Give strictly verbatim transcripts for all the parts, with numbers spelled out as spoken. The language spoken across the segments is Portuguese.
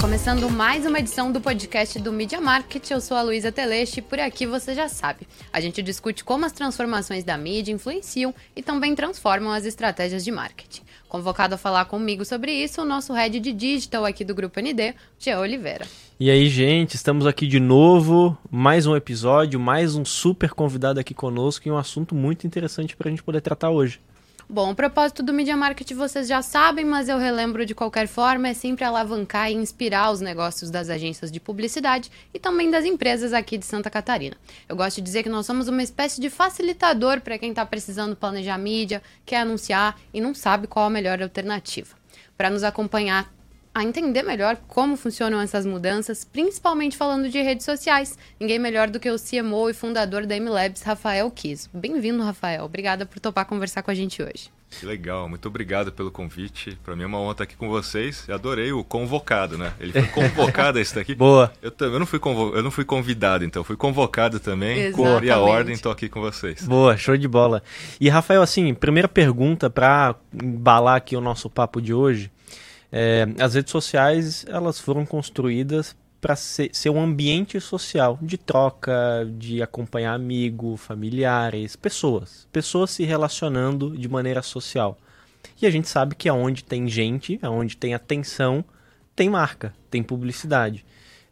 começando mais uma edição do podcast do Media Market. Eu sou a Luísa Teleste e por aqui você já sabe. A gente discute como as transformações da mídia influenciam e também transformam as estratégias de marketing. Convocado a falar comigo sobre isso, o nosso head de digital aqui do Grupo N D, Jean Oliveira. E aí, gente, estamos aqui de novo, mais um episódio, mais um super convidado aqui conosco e um assunto muito interessante para a gente poder tratar hoje. Bom, o propósito do Media Market vocês já sabem, mas eu relembro de qualquer forma, é sempre alavancar e inspirar os negócios das agências de publicidade e também das empresas aqui de Santa Catarina. Eu gosto de dizer que nós somos uma espécie de facilitador para quem está precisando planejar mídia, quer anunciar e não sabe qual a melhor alternativa. Para nos acompanhar a entender melhor como funcionam essas mudanças, principalmente falando de redes sociais. Ninguém melhor do que o C M O e fundador da M Labs, Rafael Kiso. Bem-vindo, Rafael. Obrigada por topar conversar com a gente hoje. Que legal, muito obrigado pelo convite. Para mim é uma honra estar aqui com vocês. Eu adorei o convocado, né? Ele foi convocado esse daqui. Boa. Eu, eu, não fui convo... eu não fui convidado, então. Fui convocado também. Cumpri a ordem, estou aqui com vocês. Boa, show de bola. E, Rafael, assim, primeira pergunta para embalar aqui o nosso papo de hoje. É, as redes sociais, elas foram construídas para ser, ser um ambiente social de troca, de acompanhar amigos, familiares, pessoas. Pessoas se relacionando de maneira social. E a gente sabe que aonde tem gente, aonde tem atenção, tem marca, tem publicidade.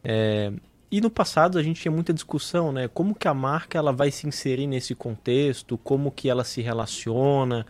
É, e no passado a gente tinha muita discussão, né? Como que a marca ela vai se inserir nesse contexto, como que ela se relaciona.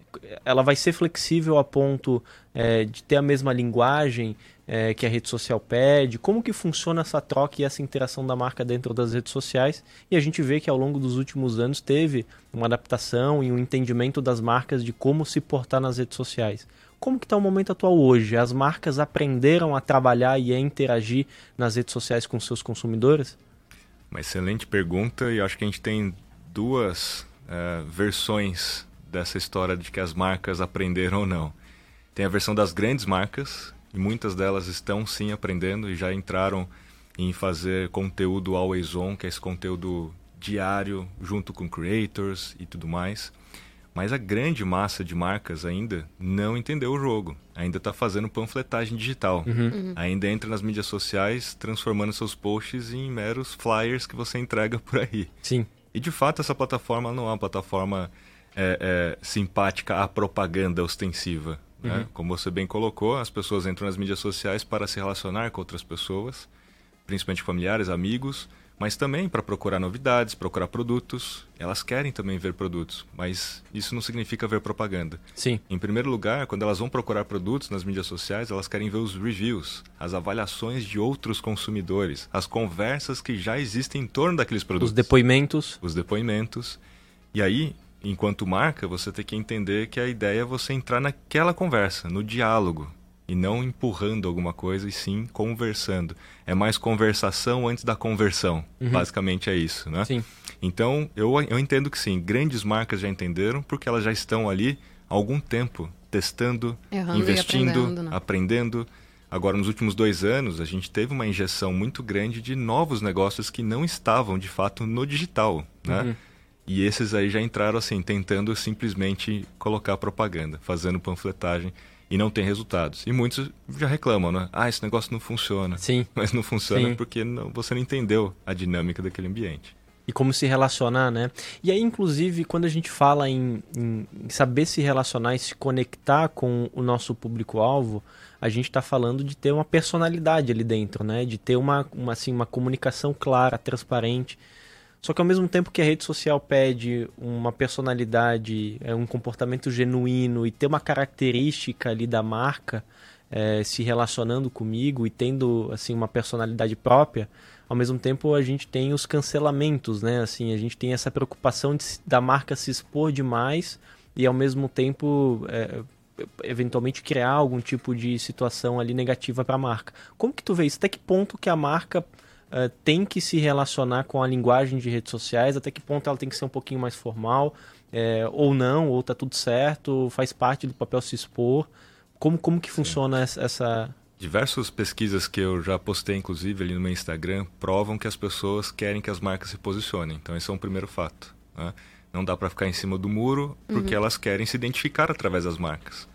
Ela vai ser flexível a ponto é, de ter a mesma linguagem é, que a rede social pede? Como que funciona essa troca e essa interação da marca dentro das redes sociais? E a gente vê que ao longo dos últimos anos teve uma adaptação e um entendimento das marcas de como se portar nas redes sociais. Como que está o momento atual hoje? As marcas aprenderam a trabalhar e a interagir nas redes sociais com seus consumidores? Uma excelente pergunta, e acho que a gente tem duas uh, versões dessa história de que as marcas aprenderam ou não. Tem a versão das grandes marcas, e muitas delas estão sim aprendendo e já entraram em fazer conteúdo always on, que é esse conteúdo diário, junto com creators e tudo mais. Mas a grande massa de marcas ainda não entendeu o jogo, ainda está fazendo panfletagem digital, Uhum. Uhum. ainda entra nas mídias sociais transformando seus posts em meros flyers que você entrega por aí. Sim. E de fato essa plataforma não é uma plataforma É, é, simpática à propaganda ostensiva. Né? Uhum. Como você bem colocou, as pessoas entram nas mídias sociais para se relacionar com outras pessoas, principalmente familiares, amigos, mas também para procurar novidades, procurar produtos. Elas querem também ver produtos, mas isso não significa ver propaganda. Sim. Em primeiro lugar, quando elas vão procurar produtos nas mídias sociais, elas querem ver os reviews, as avaliações de outros consumidores, as conversas que já existem em torno daqueles produtos. Os depoimentos. Os depoimentos. E aí, enquanto marca, você tem que entender que a ideia é você entrar naquela conversa, no diálogo, e não empurrando alguma coisa, e sim conversando. É mais conversação antes da conversão, Uhum. basicamente é isso, né? Sim. Então, eu, eu entendo que sim, grandes marcas já entenderam, porque elas já estão ali há algum tempo, testando, Errando investindo, e aprendendo, né? aprendendo. Agora, nos últimos dois anos, a gente teve uma injeção muito grande de novos negócios que não estavam, de fato, no digital, né? Uhum. E esses aí já entraram assim, tentando simplesmente colocar propaganda, fazendo panfletagem e não tem resultados. E muitos já reclamam, né? Ah, esse negócio não funciona. Sim. Mas não funciona Sim. porque não, você não entendeu a dinâmica daquele ambiente. E como se relacionar, né? E aí, inclusive, quando a gente fala em, em saber se relacionar e se conectar com o nosso público-alvo, a gente está falando de ter uma personalidade ali dentro, né? De ter uma, uma, assim, uma comunicação clara, transparente. Só que ao mesmo tempo que a rede social pede uma personalidade, um comportamento genuíno e ter uma característica ali da marca é, se relacionando comigo e tendo assim, uma personalidade própria, ao mesmo tempo a gente tem os cancelamentos, né? Assim, a gente tem essa preocupação de, da marca se expor demais e ao mesmo tempo é, eventualmente criar algum tipo de situação ali negativa para a marca. Como que tu vê isso? Até que ponto que a marca Uh, tem que se relacionar com a linguagem de redes sociais, até que ponto ela tem que ser um pouquinho mais formal, é, ou não, ou tá tudo certo, faz parte do papel se expor. Como, como que funciona essa, essa... Diversas pesquisas que eu já postei, inclusive, ali no meu Instagram, provam que as pessoas querem que as marcas se posicionem. Então, esse é um primeiro fato, né? Não dá para ficar em cima do muro, porque uhum. elas querem se identificar através das marcas.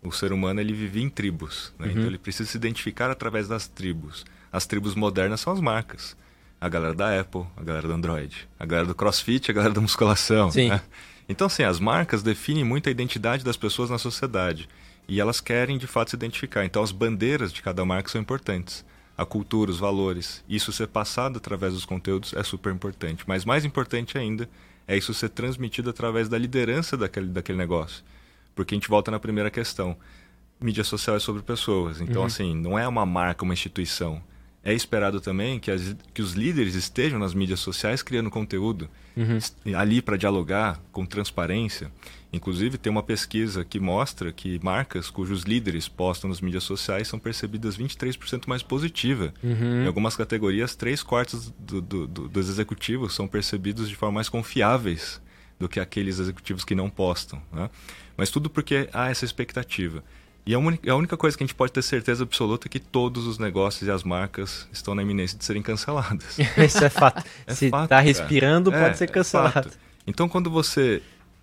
o ser humano ele vive em tribos, né? Uhum. Então ele precisa se identificar através das tribos. As tribos modernas são as marcas. A galera da Apple, a galera do Android, a galera do CrossFit, a galera da musculação. Sim. Né? Então, assim, as marcas definem muito a identidade das pessoas na sociedade. E elas querem, de fato, se identificar. Então, as bandeiras de cada marca são importantes. A cultura, os valores. Isso ser passado através dos conteúdos é super importante. Mas mais importante ainda é isso ser transmitido através da liderança daquele, daquele negócio. Porque a gente volta na primeira questão. Mídia social é sobre pessoas. Então, uhum. assim, não é uma marca, uma instituição. É esperado também que, as, que os líderes estejam nas mídias sociais criando conteúdo, uhum. ali para dialogar com transparência. Inclusive, tem uma pesquisa que mostra que marcas cujos líderes postam nas mídias sociais são percebidas vinte e três por cento mais positiva. Uhum. Em algumas categorias, três quartos do, do, do, dos executivos são percebidos de forma mais confiáveis do que aqueles executivos que não postam. Né? Mas tudo porque há essa expectativa. E a única, a única coisa que a gente pode ter certeza absoluta é que todos os negócios e as marcas estão na iminência de serem canceladas. Isso é fato. É Se fato, está respirando, é, pode ser cancelado. É então, quando você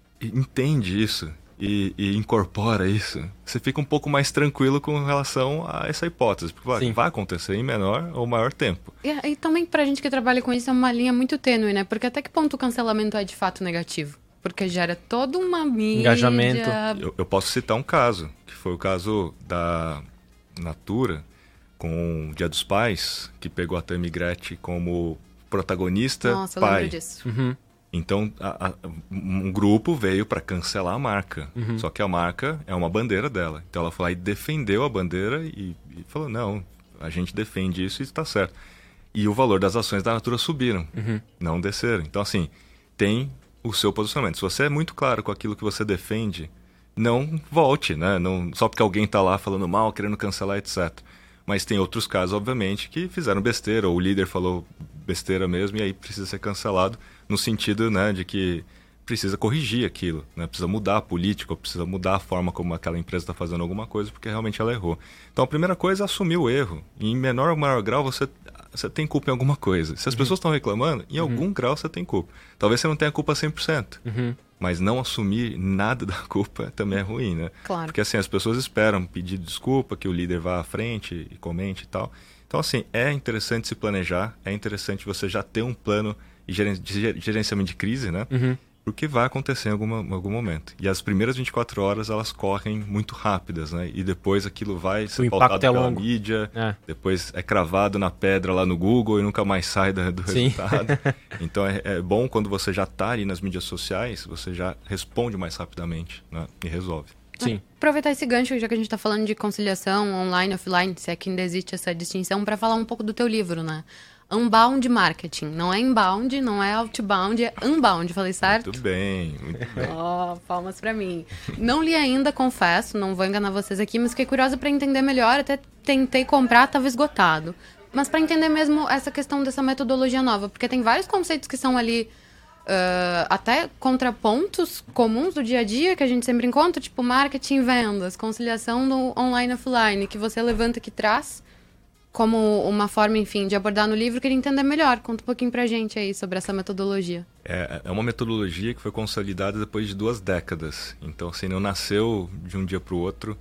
entende isso e, e incorpora isso, você fica um pouco mais tranquilo com relação a essa hipótese. Porque vai, vai acontecer em menor ou maior tempo. E, e também, pra gente que trabalha com isso, é uma linha muito tênue, né? Porque até que ponto o cancelamento é de fato negativo? Porque gera toda uma mídia... Engajamento. Eu, eu posso citar um caso, que foi o caso da Natura, com o Dia dos Pais, que pegou a Tammy Gretchen como protagonista. Nossa, eu pai. lembro disso. Uhum. Então, a, a, um grupo veio para cancelar a marca. Uhum. Só que a marca é uma bandeira dela. Então, ela foi lá e defendeu a bandeira e, e falou, não, a gente defende isso e está certo. E o valor das ações da Natura subiram, uhum. não desceram. Então, assim, tem... o seu posicionamento. Se você é muito claro com aquilo que você defende, não volte, né? Não, só porque alguém está lá falando mal, querendo cancelar, etcétera. Mas tem outros casos, obviamente, que fizeram besteira, ou o líder falou besteira mesmo, e aí precisa ser cancelado, no sentido, né, de que precisa corrigir aquilo, né? Precisa mudar a política, ou precisa mudar a forma como aquela empresa está fazendo alguma coisa, porque realmente ela errou. Então, a primeira coisa é assumir o erro. E em menor ou maior grau, você... você tem culpa em alguma coisa. Se as uhum. pessoas estão reclamando, em algum uhum. grau você tem culpa. Talvez você não tenha culpa cem por cento. Uhum. Mas não assumir nada da culpa também é ruim, né? Claro. Porque assim, as pessoas esperam pedir desculpa, que o líder vá à frente e comente e tal. Então assim, é interessante se planejar, é interessante você já ter um plano de gerenciamento de crise, né? Uhum. Porque vai acontecer em alguma, em algum momento. E as primeiras vinte e quatro horas, elas correm muito rápidas, né? E depois aquilo vai ser pautado pela longo. mídia, é. depois é cravado na pedra lá no Google e nunca mais sai do, do resultado. Então é, é bom quando você já está ali nas mídias sociais, você já responde mais rapidamente, né? E resolve. Sim. Aproveitar esse gancho, já que a gente está falando de conciliação online, offline, se é que ainda existe essa distinção, para falar um pouco do teu livro, né? Unbound Marketing. Não é inbound, não é outbound, é unbound. Falei certo? Muito bem, muito bem. Oh, palmas pra mim. Não li ainda, confesso, não vou enganar vocês aqui, mas fiquei curiosa para entender melhor. Até tentei comprar, estava esgotado. Mas para entender mesmo essa questão dessa metodologia nova, porque tem vários conceitos que são ali uh, até contrapontos comuns do dia a dia que a gente sempre encontra, tipo marketing, vendas, conciliação do online e offline, que você levanta e que traz como uma forma, enfim, de abordar no livro. Queria entender melhor. Conta um pouquinho pra gente aí sobre essa metodologia. É, é uma metodologia que foi consolidada depois de duas décadas. Então, assim, não nasceu de um dia para o outro.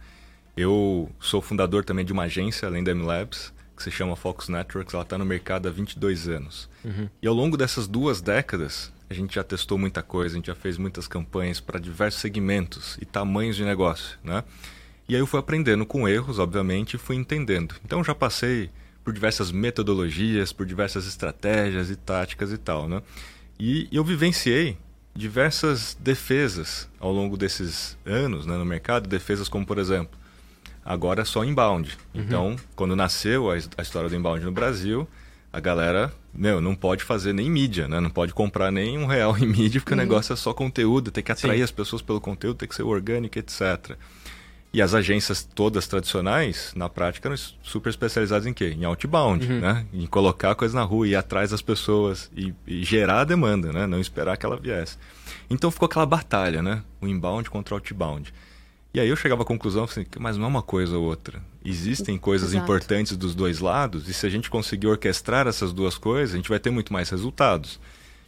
Eu sou fundador também de uma agência, além da M-Labs, que se chama Focus Networks. Ela está no mercado há vinte e dois anos. Uhum. E ao longo dessas duas décadas, a gente já testou muita coisa, a gente já fez muitas campanhas para diversos segmentos e tamanhos de negócio, né? E aí eu fui aprendendo com erros, obviamente, e fui entendendo. Então já passei por diversas metodologias, por diversas estratégias e táticas e tal, né? E eu vivenciei diversas defesas ao longo desses anos, né, no mercado. Defesas como, por exemplo, agora é só inbound. Uhum. Então, quando nasceu a, a história do inbound no Brasil, a galera, meu, não pode fazer nem mídia, né? Não pode comprar nem um real em mídia, porque uhum. o negócio é só conteúdo, tem que atrair Sim. as pessoas pelo conteúdo, tem que ser orgânico, etcétera. E as agências todas tradicionais, na prática, eram super especializadas em quê? Em outbound, uhum. né? Em colocar a coisa na rua, ir atrás das pessoas e, e gerar a demanda, né? Não esperar que ela viesse. Então ficou aquela batalha, né? O inbound contra o outbound. E aí eu chegava à conclusão, assim, mas não é uma coisa ou outra. Existem coisas Exato. importantes dos dois lados, e se a gente conseguir orquestrar essas duas coisas, a gente vai ter muito mais resultados.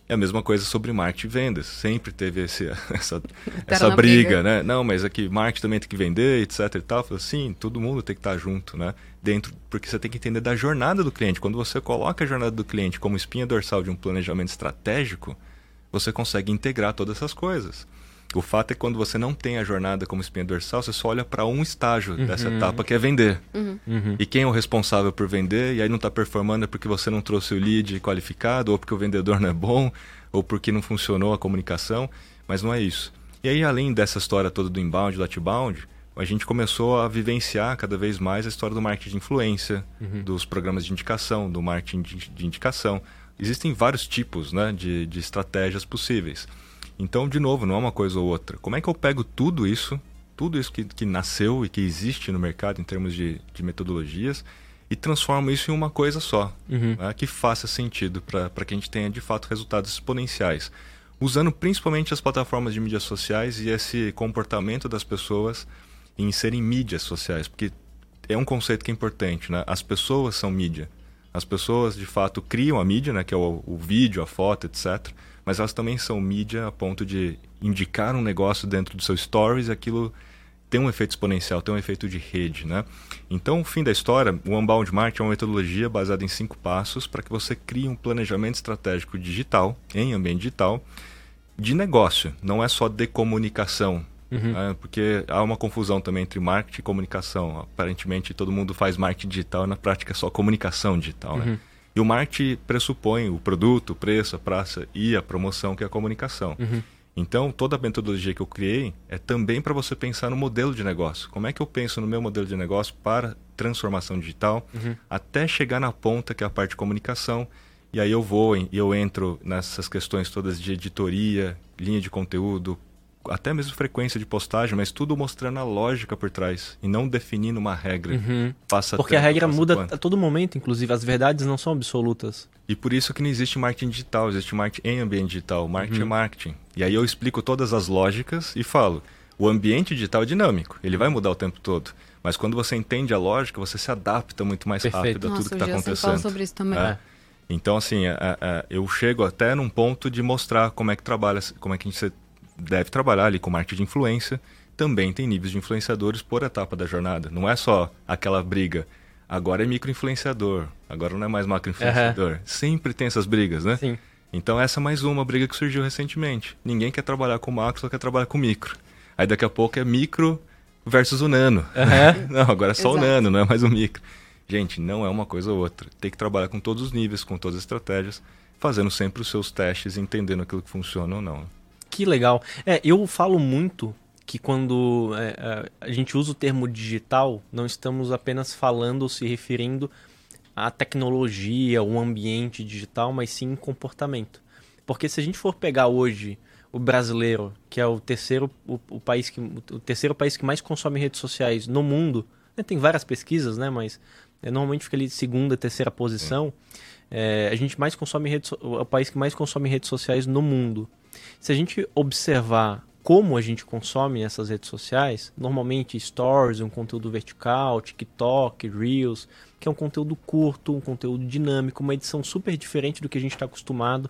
E a mesma coisa sobre marketing e vendas. Sempre teve esse, essa, essa briga, briga, né? Não, mas aqui marketing também tem que vender, etc e tal. Falei, sim, todo mundo tem que estar junto, né? Dentro, porque você tem que entender da jornada do cliente. Quando você coloca a jornada do cliente como espinha dorsal de um planejamento estratégico, você consegue integrar todas essas coisas. O fato é que quando você não tem a jornada como espinha dorsal, você só olha para um estágio uhum. dessa etapa, que é vender. Uhum. Uhum. E quem é o responsável por vender, e aí não está performando é porque você não trouxe o lead qualificado, ou porque o vendedor não é bom, ou porque não funcionou a comunicação, mas não é isso. E aí, além dessa história toda do inbound e do outbound, a gente começou a vivenciar cada vez mais a história do marketing de influência, uhum. dos programas de indicação, do marketing de, de indicação. Existem vários tipos, né, de, de estratégias possíveis. Então, de novo, não é uma coisa ou outra. Como é que eu pego tudo isso, tudo isso que, que nasceu e que existe no mercado em termos de, de metodologias e transformo isso em uma coisa só, uhum. né, que faça sentido para que a gente tenha, de fato, resultados exponenciais. Usando principalmente as plataformas de mídias sociais e esse comportamento das pessoas em serem mídias sociais, porque é um conceito que é importante, né? As pessoas são mídia. As pessoas, de fato, criam a mídia, né, que é o, o vídeo, a foto, etcétera, mas elas também são mídia a ponto de indicar um negócio dentro do seu stories e aquilo tem um efeito exponencial, tem um efeito de rede, né? Então, o fim da história, o Unbound Marketing é uma metodologia baseada em cinco passos para que você crie um planejamento estratégico digital, em ambiente digital, de negócio. Não é só de comunicação, uhum. né? Porque há uma confusão também entre marketing e comunicação. Aparentemente, todo mundo faz marketing digital, na prática é só comunicação digital, uhum. né? E o marketing pressupõe o produto, o preço, a praça e a promoção, que é a comunicação. Uhum. Então, toda a metodologia que eu criei é também para você pensar no modelo de negócio. Como é que eu penso no meu modelo de negócio para transformação digital, uhum. até chegar na ponta, que é a parte de comunicação. E aí eu vou e eu entro nessas questões todas de editoria, linha de conteúdo, até mesmo frequência de postagem, mas tudo mostrando a lógica por trás e não definindo uma regra. Uhum. Passa Porque tempo, a regra muda quanto. a todo momento, inclusive as verdades não são absolutas. E por isso que não existe marketing digital, existe marketing em ambiente digital. Marketing uhum. é marketing. E aí eu explico todas as lógicas e falo, o ambiente digital é dinâmico, ele vai mudar o tempo todo. Mas quando você entende a lógica, você se adapta muito mais Perfeito. rápido a Nossa, tudo que está acontecendo. Fala sobre isso também. É. Então, assim, é, é, eu chego até num ponto de mostrar como é que trabalha, como é que a gente deve trabalhar ali com marketing de influência. Também tem níveis de influenciadores por etapa da jornada. Não é só aquela briga, agora é micro-influenciador, agora não é mais macro-influenciador. Uhum. Sempre tem essas brigas, né? Sim. Então essa é mais uma briga que surgiu recentemente. Ninguém quer trabalhar com macro, só quer trabalhar com micro. Aí daqui a pouco é micro versus o nano. Uhum. Não, agora é só Exato. O nano, não é mais o micro. Gente, não é uma coisa ou outra. Tem que trabalhar com todos os níveis, com todas as estratégias, fazendo sempre os seus testes, entendendo aquilo que funciona ou não. Que legal. É, eu falo muito que quando é, a gente usa o termo digital, não estamos apenas falando ou se referindo à tecnologia, o ambiente digital, mas sim comportamento. Porque se a gente for pegar hoje o brasileiro, que é o terceiro, o, o país que, o terceiro país que mais consome redes sociais no mundo, né, tem várias pesquisas, né, mas é, normalmente fica ali de segunda, terceira posição, é, a gente mais consome redes, é o país que mais consome redes sociais no mundo. Se a gente observar como a gente consome essas redes sociais, normalmente stories, um conteúdo vertical, TikTok, Reels, que é um conteúdo curto, um conteúdo dinâmico, uma edição super diferente do que a gente está acostumado.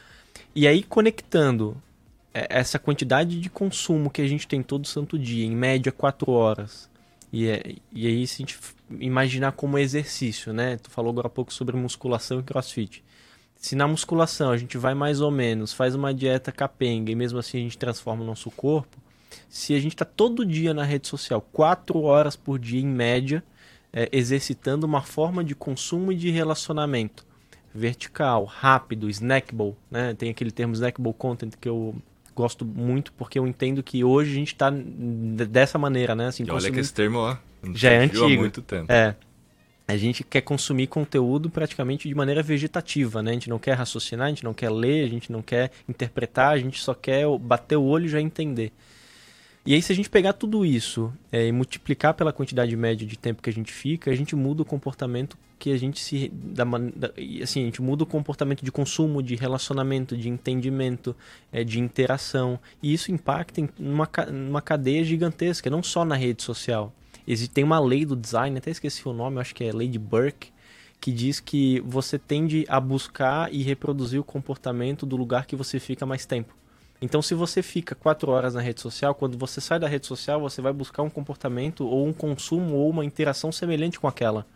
E aí, conectando essa quantidade de consumo que a gente tem todo santo dia, em média quatro horas, e, é, e aí se a gente imaginar como exercício, né? Tu falou agora há pouco sobre musculação e crossfit. Se na musculação a gente vai mais ou menos, faz uma dieta capenga e mesmo assim a gente transforma o nosso corpo, se a gente está todo dia na rede social, quatro horas por dia em média, é, exercitando uma forma de consumo e de relacionamento vertical, rápido, snackable, né? Tem aquele termo snackable content que eu gosto muito porque eu entendo que hoje a gente está dessa maneira, né? Assim, e olha que esse termo ó, já é antigo. Há muito tempo. É. A gente quer consumir conteúdo praticamente de maneira vegetativa, né? A gente não quer raciocinar, a gente não quer ler, a gente não quer interpretar, a gente só quer bater o olho e já entender. E aí, se a gente pegar tudo isso é, e multiplicar pela quantidade média de tempo que a gente fica, a gente muda o comportamento que a gente se... Da, da, assim, a gente muda o comportamento de consumo, de relacionamento, de entendimento, é, de interação. E isso impacta em uma, uma cadeia gigantesca, não só na rede social. Tem uma lei do design, até esqueci o nome, acho que é lei de Burke, que diz que você tende a buscar e reproduzir o comportamento do lugar que você fica mais tempo. Então, se você fica quatro horas na rede social, quando você sai da rede social, você vai buscar um comportamento ou um consumo ou uma interação semelhante com aquela.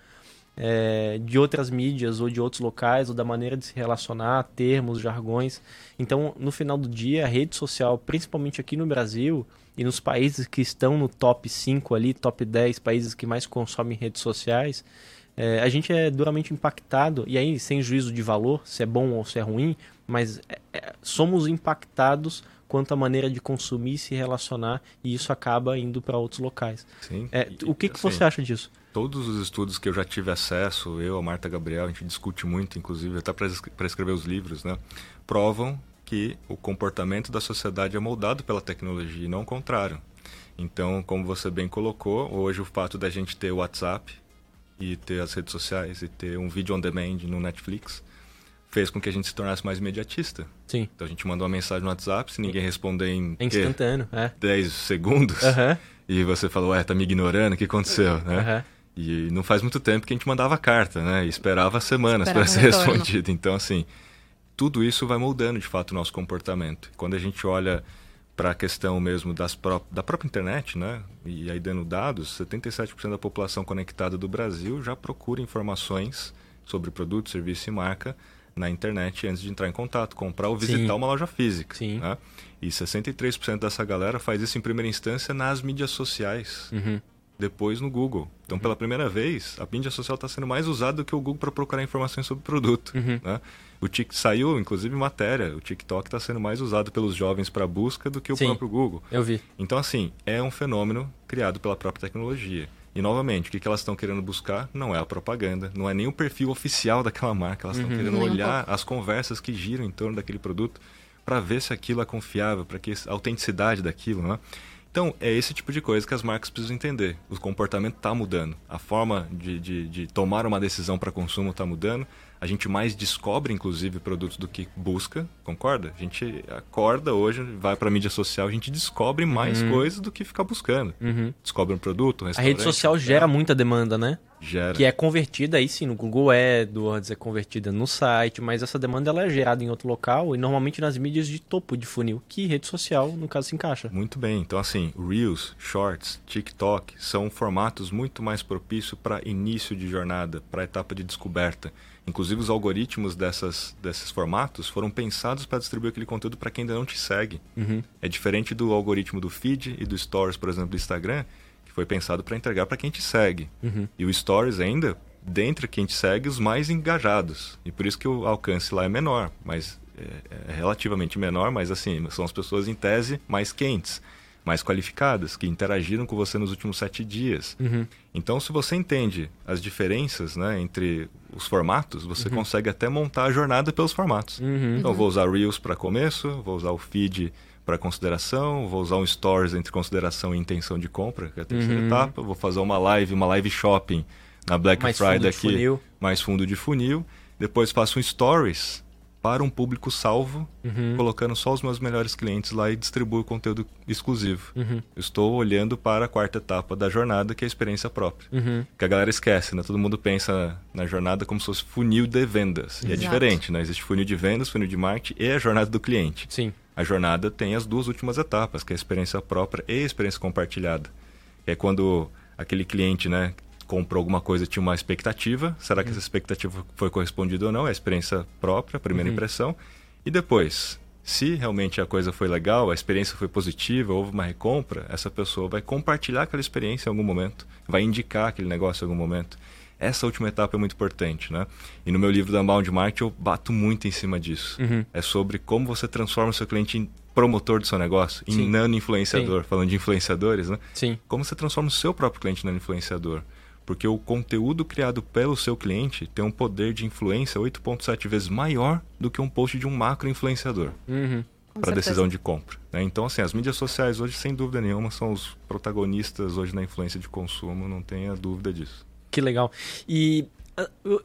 É, de outras mídias ou de outros locais, ou da maneira de se relacionar, termos, jargões. Então, no final do dia, a rede social, principalmente aqui no Brasil e nos países que estão no top cinco ali, top dez países que mais consomem redes sociais, é, a gente é duramente impactado, e aí sem juízo de valor, se é bom ou se é ruim, mas é, é, somos impactados quanto à maneira de consumir e se relacionar, e isso acaba indo para outros locais. Sim. É, o que, que assim, você acha disso? Todos os estudos que eu já tive acesso, eu, a Marta Gabriel, a gente discute muito, inclusive, até para escrever os livros, né, provam que o comportamento da sociedade é moldado pela tecnologia e não o contrário. Então, como você bem colocou, hoje o fato da gente ter o WhatsApp e ter as redes sociais e ter um vídeo on demand no Netflix fez com que a gente se tornasse mais imediatista. Sim. Então a gente mandou uma mensagem no WhatsApp, se ninguém responder em é instantâneo, que, é. dez segundos, uhum. e você falou, ué, tá me ignorando, o que aconteceu? Né? Uhum. E não faz muito tempo que a gente mandava carta, né? E esperava semanas para ser respondido. Então, assim, tudo isso vai moldando, de fato, o nosso comportamento. Quando a gente olha para a questão mesmo das pró- da própria internet, né? E aí dando dados, setenta e sete por cento da população conectada do Brasil já procura informações sobre produto, serviço e marca na internet antes de entrar em contato, comprar ou visitar Sim. uma loja física. Sim. Né? E sessenta e três por cento dessa galera faz isso em primeira instância nas mídias sociais. Uhum. Depois no Google. Então, uhum. pela primeira vez, a mídia social está sendo mais usada do que o Google para procurar informações sobre o produto. Uhum. Né? O Tik saiu, inclusive, matéria. O TikTok está sendo mais usado pelos jovens para busca do que o Sim, próprio Google. Eu vi. Então, assim, é um fenômeno criado pela própria tecnologia. E, novamente, o que elas estão querendo buscar não é a propaganda, não é nem o perfil oficial daquela marca. Elas estão uhum. querendo olhar um as conversas que giram em torno daquele produto para ver se aquilo é confiável, para que a autenticidade daquilo, né? Então, é esse tipo de coisa que as marcas precisam entender. O comportamento está mudando. A forma de, de, de tomar uma decisão para consumo está mudando. A gente mais descobre, inclusive, produtos do que busca. Concorda? A gente acorda hoje, vai para a mídia social, a gente descobre mais uhum. coisas do que ficar buscando. Uhum. Descobre um produto, um A restaurante. rede social gera muita demanda, né? Gera. Que é convertida aí sim no Google AdWords, é convertida no site, mas essa demanda ela é gerada em outro local e normalmente nas mídias de topo de funil, que rede social, no caso, se encaixa. Muito bem. Então, assim, Reels, Shorts, TikTok são formatos muito mais propícios para início de jornada, para etapa de descoberta. Inclusive, os algoritmos dessas, desses formatos foram pensados para distribuir aquele conteúdo para quem ainda não te segue. Uhum. É diferente do algoritmo do feed e do Stories, por exemplo, do Instagram, que foi pensado para entregar para quem te segue. Uhum. E o Stories ainda, dentre quem te segue, os mais engajados. E por isso que o alcance lá é menor, mas é, é relativamente menor, mas assim, são as pessoas em tese mais quentes, mais qualificadas, que interagiram com você nos últimos sete dias. Uhum. Então, se você entende as diferenças, né, entre os formatos, você uhum. consegue até montar a jornada pelos formatos. Uhum. Então, vou usar Reels para começo, vou usar o feed para consideração, vou usar um Stories entre consideração e intenção de compra, que é a terceira uhum. etapa, vou fazer uma live, uma live shopping na Black mais Friday fundo aqui, funil. mais fundo de funil, depois faço um Stories para um público salvo, uhum. colocando só os meus melhores clientes lá e distribuo conteúdo exclusivo. Uhum. Eu estou olhando para a quarta etapa da jornada, que é a experiência própria. Uhum. Que a galera esquece, né? Todo mundo pensa na jornada como se fosse funil de vendas. Exato. E é diferente, né? Existe funil de vendas, funil de marketing e a jornada do cliente. Sim. A jornada tem as duas últimas etapas, que é a experiência própria e a experiência compartilhada. Que é quando aquele cliente, né, comprou alguma coisa e tinha uma expectativa. Será que essa expectativa foi correspondida ou não? É a experiência própria, a primeira uhum. impressão. E depois, se realmente a coisa foi legal, a experiência foi positiva, houve uma recompra, essa pessoa vai compartilhar aquela experiência em algum momento, vai indicar aquele negócio em algum momento. Essa última etapa é muito importante, né? E no meu livro da Unbound Marketing eu bato muito em cima disso. Uhum. É sobre como você transforma o seu cliente em promotor do seu negócio, em Sim. nano-influenciador. Sim. Falando de influenciadores, né? Sim. Como você transforma o seu próprio cliente em nano-influenciador. Porque o conteúdo criado pelo seu cliente tem um poder de influência oito vírgula sete vezes maior do que um post de um macro-influenciador. Uhum. Para decisão de compra. Né? Então, assim, as mídias sociais hoje, sem dúvida nenhuma, são os protagonistas hoje na influência de consumo, não tenha dúvida disso. Que legal. E a,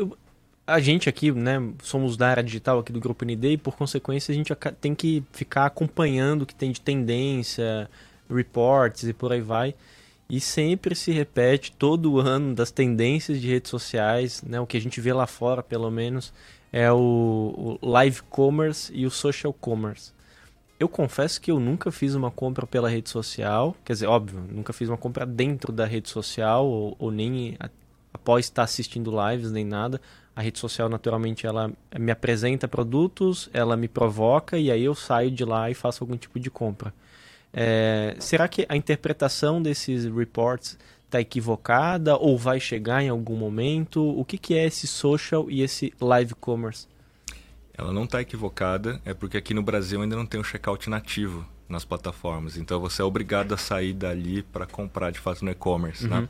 a gente aqui, né, somos da área digital aqui do Grupo N D e, por consequência, a gente tem que ficar acompanhando o que tem de tendência, reports e por aí vai. E sempre se repete todo ano das tendências de redes sociais, né? O que a gente vê lá fora, pelo menos, é o, o live commerce e o social commerce. Eu confesso que eu nunca fiz uma compra pela rede social, quer dizer, óbvio, nunca fiz uma compra dentro da rede social ou, ou nem a, após estar assistindo lives, nem nada. A rede social, naturalmente, ela me apresenta produtos, ela me provoca e aí eu saio de lá e faço algum tipo de compra. É, será que a interpretação desses reports está equivocada ou vai chegar em algum momento? O que, que é esse social e esse live commerce? Ela não está equivocada, é porque aqui no Brasil ainda não tem um checkout nativo nas plataformas. Então você é obrigado a sair dali para comprar de fato no e-commerce. Uhum. Né?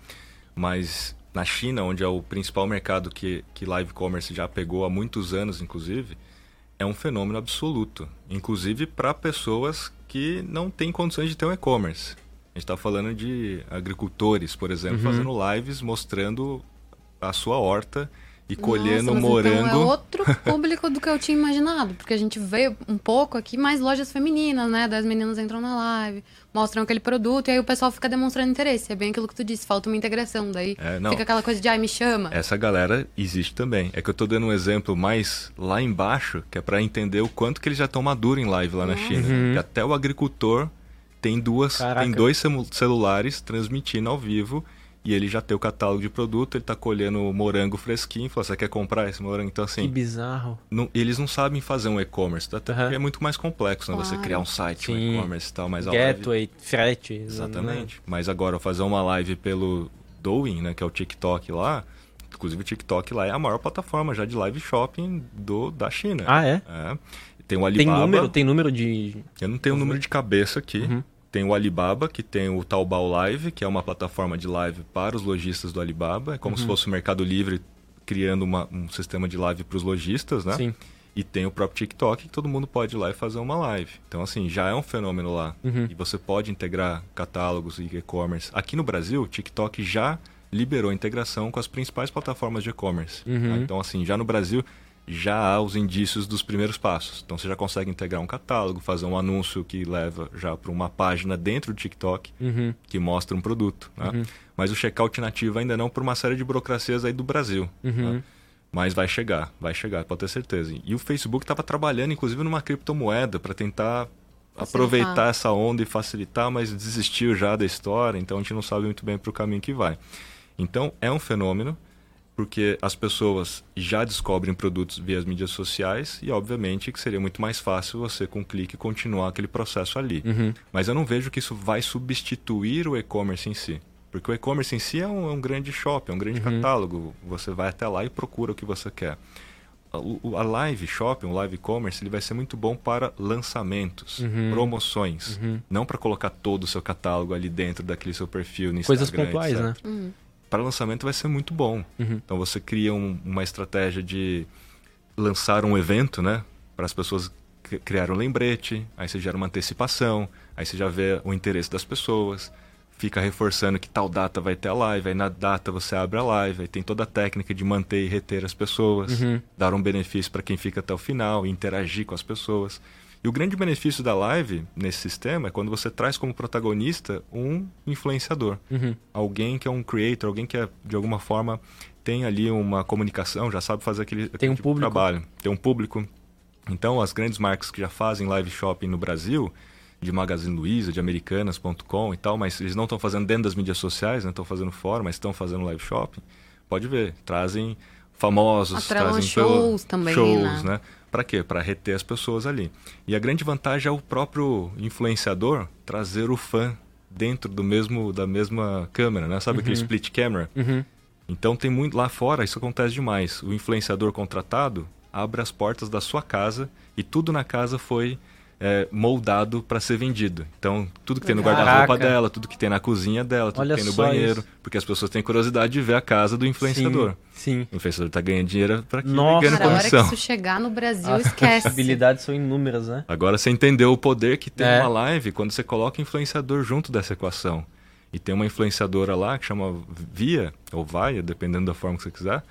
Mas na China, onde é o principal mercado que, que live commerce já pegou há muitos anos, inclusive, é um fenômeno absoluto. Inclusive para pessoas que não têm condições de ter um e-commerce. A gente está falando de agricultores, por exemplo, uhum. fazendo lives mostrando a sua horta e colhendo Nossa, mas morango. Então é outro público do que eu tinha imaginado, porque a gente vê um pouco aqui mais lojas femininas, né? Das meninas entram na live, mostram aquele produto e aí o pessoal fica demonstrando interesse. É bem aquilo que tu disse, falta uma integração. Daí é, fica aquela coisa de, ai, me chama. Essa galera existe também. É que eu tô dando um exemplo mais lá embaixo, que é para entender o quanto que eles já estão maduros em live lá Nossa. na China. Uhum. Que até o agricultor tem, duas, tem dois celulares transmitindo ao vivo. E ele já tem o catálogo de produto, ele está colhendo morango fresquinho, fala, você quer comprar esse morango? Então, assim... Que bizarro. Não, eles não sabem fazer um e-commerce, até uhum. porque é muito mais complexo, né? Claro. Você criar um site, Sim. um e-commerce e tal, mas a Gateway, frete. Exatamente. Né? Mas agora, fazer uma live pelo Douyin, né? Que é o TikTok lá, inclusive o TikTok lá é a maior plataforma já de live shopping do, da China. Ah, é? É. Tem o Alibaba... Tem número, tem número de... Eu não tenho o número de cabeça aqui. Uhum. Tem o Alibaba, que tem o Taobao Live, que é uma plataforma de live para os lojistas do Alibaba. É como uhum. se fosse o Mercado Livre criando uma, um sistema de live para os lojistas, né? Sim. E tem o próprio TikTok, que todo mundo pode ir lá e fazer uma live. Então, assim, já é um fenômeno lá. Uhum. E você pode integrar catálogos e e-commerce. Aqui no Brasil, o TikTok já liberou a integração com as principais plataformas de e-commerce. Uhum. Tá? Então, assim, já no Brasil... já há os indícios dos primeiros passos. Então você já consegue integrar um catálogo, fazer um anúncio que leva já para uma página dentro do TikTok uhum. que mostra um produto. Né? Uhum. Mas o checkout nativo ainda não, por uma série de burocracias aí do Brasil. Uhum. Né? Mas vai chegar, vai chegar, pode ter certeza. E o Facebook estava trabalhando, inclusive, numa criptomoeda para tentar facilitar. aproveitar essa onda e facilitar, mas desistiu já da história, então a gente não sabe muito bem para o caminho que vai. Então é um fenômeno, porque as pessoas já descobrem produtos via as mídias sociais e, obviamente, que seria muito mais fácil você, com um clique, continuar aquele processo ali. Uhum. Mas eu não vejo que isso vai substituir o e-commerce em si. Porque o e-commerce em si é um, é um grande shopping, é um grande uhum. catálogo. Você vai até lá e procura o que você quer. A, a live shopping, o live e-commerce, ele vai ser muito bom para lançamentos, uhum. promoções. Uhum. Não para colocar todo o seu catálogo ali dentro daquele seu perfil no Coisas Instagram, pontuais, etcétera. Né? Uhum. Para lançamento vai ser muito bom. Uhum. Então você cria um, uma estratégia de lançar um evento, né? Para as pessoas criar um lembrete, aí você gera uma antecipação, aí você já vê o interesse das pessoas, fica reforçando que tal data vai ter a live, aí na data você abre a live, aí tem toda a técnica de manter e reter as pessoas, uhum. dar um benefício para quem fica até o final, interagir com as pessoas. E o grande benefício da live nesse sistema é quando você traz como protagonista um influenciador. Uhum. Alguém que é um creator, alguém que é, de alguma forma tem ali uma comunicação, já sabe fazer aquele, tem aquele um tipo público. de trabalho. Tem um público. Então, as grandes marcas que já fazem live shopping no Brasil, de Magazine Luiza, de Americanas ponto com e tal, mas eles não estão fazendo dentro das mídias sociais, não estão fazendo fora, mas estão fazendo live shopping, pode ver, trazem famosos, Atrelam trazem shows pelo... também, shows, né? né? Para quê? Para reter as pessoas ali. E a grande vantagem é o próprio influenciador trazer o fã dentro do mesmo, da mesma câmera, né? Sabe uhum. aquele split camera? Uhum. Então tem muito lá fora, isso acontece demais. O influenciador contratado abre as portas da sua casa e tudo na casa foi é, moldado para ser vendido. Então tudo que tem no guarda-roupa dela, tudo que tem na cozinha dela, tudo Olha que tem no banheiro, isso. porque as pessoas têm curiosidade de ver a casa do influenciador. Sim. Sim. O influenciador está ganhando dinheiro para que Nossa, ganhe cara, comissão. a hora que isso chegar no Brasil, esquece. As habilidades são inúmeras, né? Agora você entendeu o poder que tem é. uma live quando você coloca influenciador junto dessa equação. E tem uma influenciadora lá que chama Via, ou Vaia, dependendo da forma que você quiser,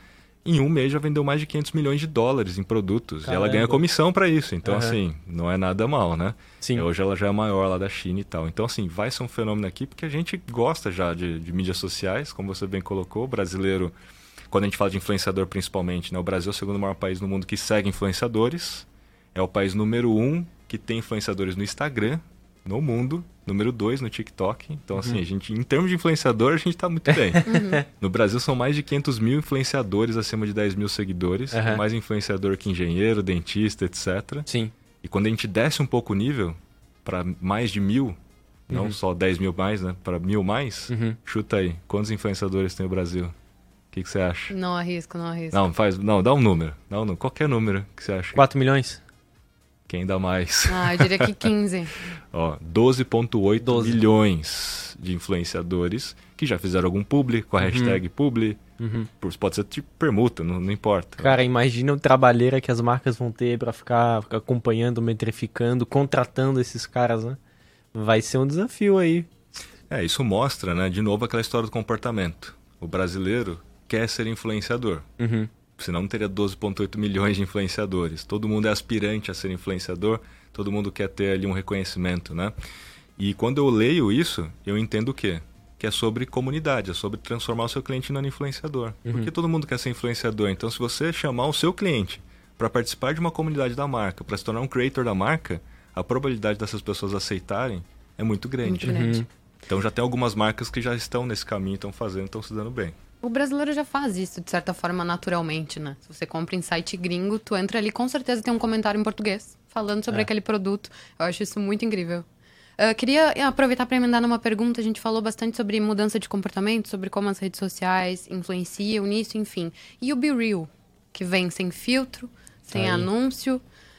em um mês já vendeu mais de quinhentos milhões de dólares em produtos. Caramba. E ela ganha comissão para isso. Então, Uhum. assim, não é nada mal, né? Sim. Hoje ela já é a maior lá da China e tal. Então, assim, vai ser um fenômeno aqui porque a gente gosta já de, de mídias sociais, como você bem colocou. O brasileiro, quando a gente fala de influenciador principalmente, né? O Brasil é o segundo maior país no mundo que segue influenciadores. É o país número um que tem influenciadores no Instagram, no mundo. Número dois no TikTok. Então, assim, Uhum. a gente, em termos de influenciador, a gente tá muito bem. Uhum. No Brasil são mais de quinhentos mil influenciadores acima de dez mil seguidores. Uhum. Tem mais influenciador que engenheiro, dentista, etcétera. Sim. E quando a gente desce um pouco o nível para mais de mil, uhum. não só dez mil mais, né? Para mil mais, uhum. chuta aí. Quantos influenciadores tem o Brasil? O que, que você acha? Não arrisco, não arrisco. Não, faz, não, dá um número. Dá um número. Qualquer número que você acha. quatro milhões? Quem dá mais? Ah, eu diria que quinze. Ó, doze vírgula oito milhões de influenciadores que já fizeram algum publi com a hashtag uhum. publi. Uhum. Pode ser tipo permuta, não, não importa. Cara, imagina o trabalheira que as marcas vão ter pra ficar acompanhando, metrificando, contratando esses caras, né? Vai ser um desafio aí. É, isso mostra, né, de novo aquela história do comportamento. O brasileiro quer ser influenciador. Uhum. Senão não teria doze vírgula oito milhões de influenciadores. Todo mundo é aspirante a ser influenciador, todo mundo quer ter ali um reconhecimento, né? E quando eu leio isso, eu entendo o quê? Que é sobre comunidade, é sobre transformar o seu cliente no influenciador. Uhum. Porque todo mundo quer ser influenciador. Então, se você chamar o seu cliente para participar de uma comunidade da marca, para se tornar um creator da marca, a probabilidade dessas pessoas aceitarem é muito grande. Muito grande. Uhum. Então, já tem algumas marcas que já estão nesse caminho, estão fazendo, estão se dando bem. O brasileiro já faz isso, de certa forma, naturalmente, né? Se você compra em site gringo, tu entra ali, com certeza tem um comentário em português, falando sobre é. aquele produto. Eu acho isso muito incrível. Uh, queria aproveitar para emendar numa pergunta. A gente falou bastante sobre mudança de comportamento, sobre como as redes sociais influenciam nisso, enfim. E o Be Real, que vem sem filtro, sem Aí. anúncio.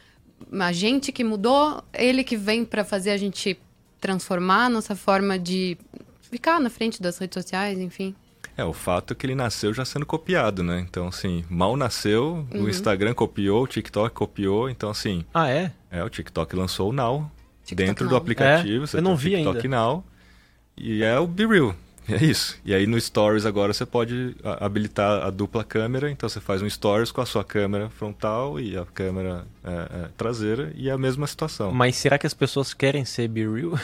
A gente que mudou, ele que vem para fazer a gente transformar a nossa forma de ficar na frente das redes sociais, enfim. É, o fato é que ele nasceu já sendo copiado, né? Então, assim, mal nasceu, uhum. o Instagram copiou, o TikTok copiou, então, assim... Ah, é? É, o TikTok lançou o Now, TikTok dentro Now. do aplicativo, é, você eu não tem vi o TikTok ainda. Now, e é o Be Real, é isso. E aí no Stories agora você pode habilitar a dupla câmera, então você faz um Stories com a sua câmera frontal e a câmera é, é, traseira, e é a mesma situação. Mas será que as pessoas querem ser Be Real?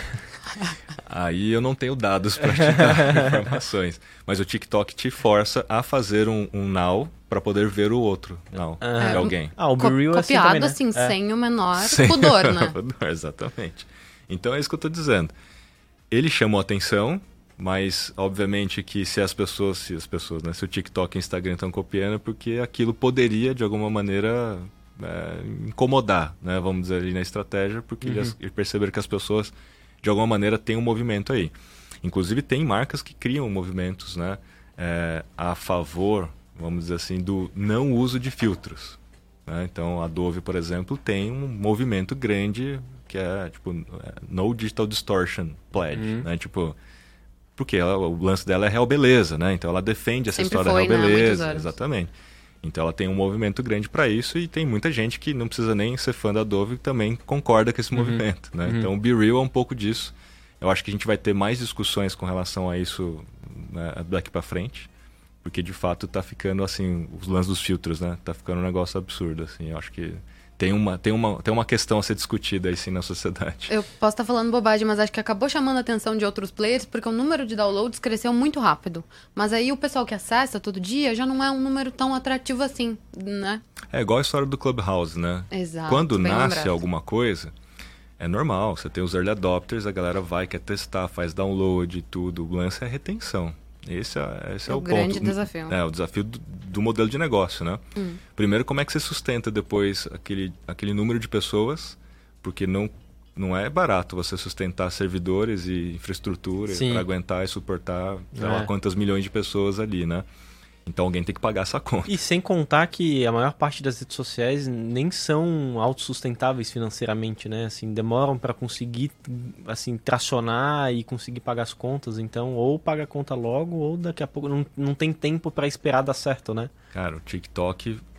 Aí eu não tenho dados para te dar informações. Mas o TikTok te força a fazer um, um Now para poder ver o outro Now ah, de alguém. Ah, o Be Real Co- é assim copiado também, né? assim, é. sem o menor sem pudor, né? pudor, exatamente. Então é isso que eu estou dizendo. Ele chamou atenção, mas obviamente que se as pessoas, se as pessoas, né, se o TikTok e o Instagram estão copiando, é porque aquilo poderia de alguma maneira é, incomodar, né? Vamos dizer ali na estratégia, porque uhum. eles perceberam que as pessoas de alguma maneira tem um movimento aí. Inclusive tem marcas que criam movimentos, né, é, a favor, vamos dizer assim, do não uso de filtros. Né? Então a Dove, por exemplo, tem um movimento grande que é tipo No Digital Distortion Pledge. Uhum. Né? Tipo, porque ela, o lance dela é real beleza, né? Então ela defende essa Sempre história foi, da real né? beleza. Exatamente. Então ela tem um movimento grande para isso e tem muita gente que não precisa nem ser fã da Dove que também concorda com esse uhum. movimento. Né? Uhum. Então o Be Real é um pouco disso. Eu acho que a gente vai ter mais discussões com relação a isso, né, daqui para frente, porque de fato tá ficando assim, os lances dos filtros, né? Tá ficando um negócio absurdo, assim. Eu acho que tem uma, tem uma, tem uma questão a ser discutida aí sim na sociedade. Eu posso estar falando bobagem, mas acho que acabou chamando a atenção de outros players, porque o número de downloads cresceu muito rápido. Mas aí o pessoal que acessa todo dia já não é um número tão atrativo assim, né? É igual a história do Clubhouse, né? Exato. Quando nasce lembrado. alguma coisa, é normal. Você tem os early adopters, a galera vai, quer testar, faz download e tudo. O lance é a retenção. Esse é, esse é, é o, o grande ponto. desafio. É, o desafio do, do modelo de negócio, né? Hum. Primeiro, como é que você sustenta depois aquele, aquele número de pessoas, porque não, não é barato você sustentar servidores e infraestrutura para aguentar e suportar sei lá, é. quantas milhões de pessoas ali, né? Então alguém tem que pagar essa conta. E sem contar que a maior parte das redes sociais nem são autossustentáveis financeiramente, né? Assim, demoram para conseguir assim, tracionar e conseguir pagar as contas. Então, ou paga a conta logo, ou daqui a pouco não, não tem tempo para esperar dar certo, né? Cara, o TikTok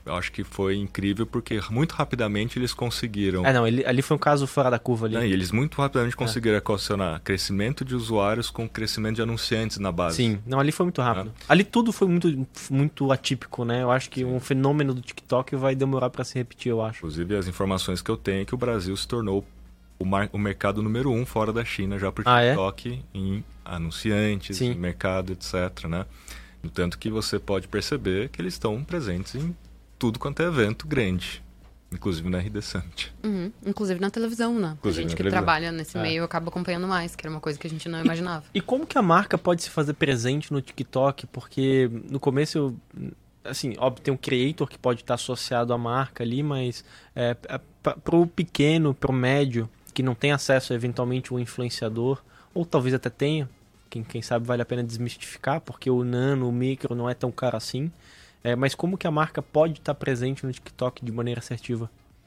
eu acho que foi incrível porque muito rapidamente eles conseguiram... É, não, ele, ali foi um caso fora da curva ali. Não, e eles muito rapidamente conseguiram é. equacionar crescimento de usuários com crescimento de anunciantes na base. Sim, não, ali foi muito rápido. É. Ali tudo foi muito, muito atípico, né? Eu acho que Sim. um fenômeno do TikTok vai demorar para se repetir, eu acho. Inclusive, as informações que eu tenho é que o Brasil se tornou o, mar... o mercado número um fora da China já por TikTok ah, é? em anunciantes, Sim. em mercado, etcétera, né? No tanto que você pode perceber que eles estão presentes em tudo quanto é evento grande, inclusive na R D Summit. Uhum. Inclusive na televisão, né? Inclusive a gente que televisão. trabalha nesse é. meio acaba acompanhando mais, que era uma coisa que a gente não imaginava. E, e como que a marca pode se fazer presente no TikTok? Porque no começo, eu, assim, óbvio, tem um creator que pode estar associado à marca ali, mas é, é, para o pequeno, para o médio, que não tem acesso a eventualmente um influenciador, ou talvez até tenha, quem, quem sabe vale a pena desmistificar, porque o nano, o micro não é tão caro assim. É, mas como que a marca pode estar presente no TikTok de maneira assertiva?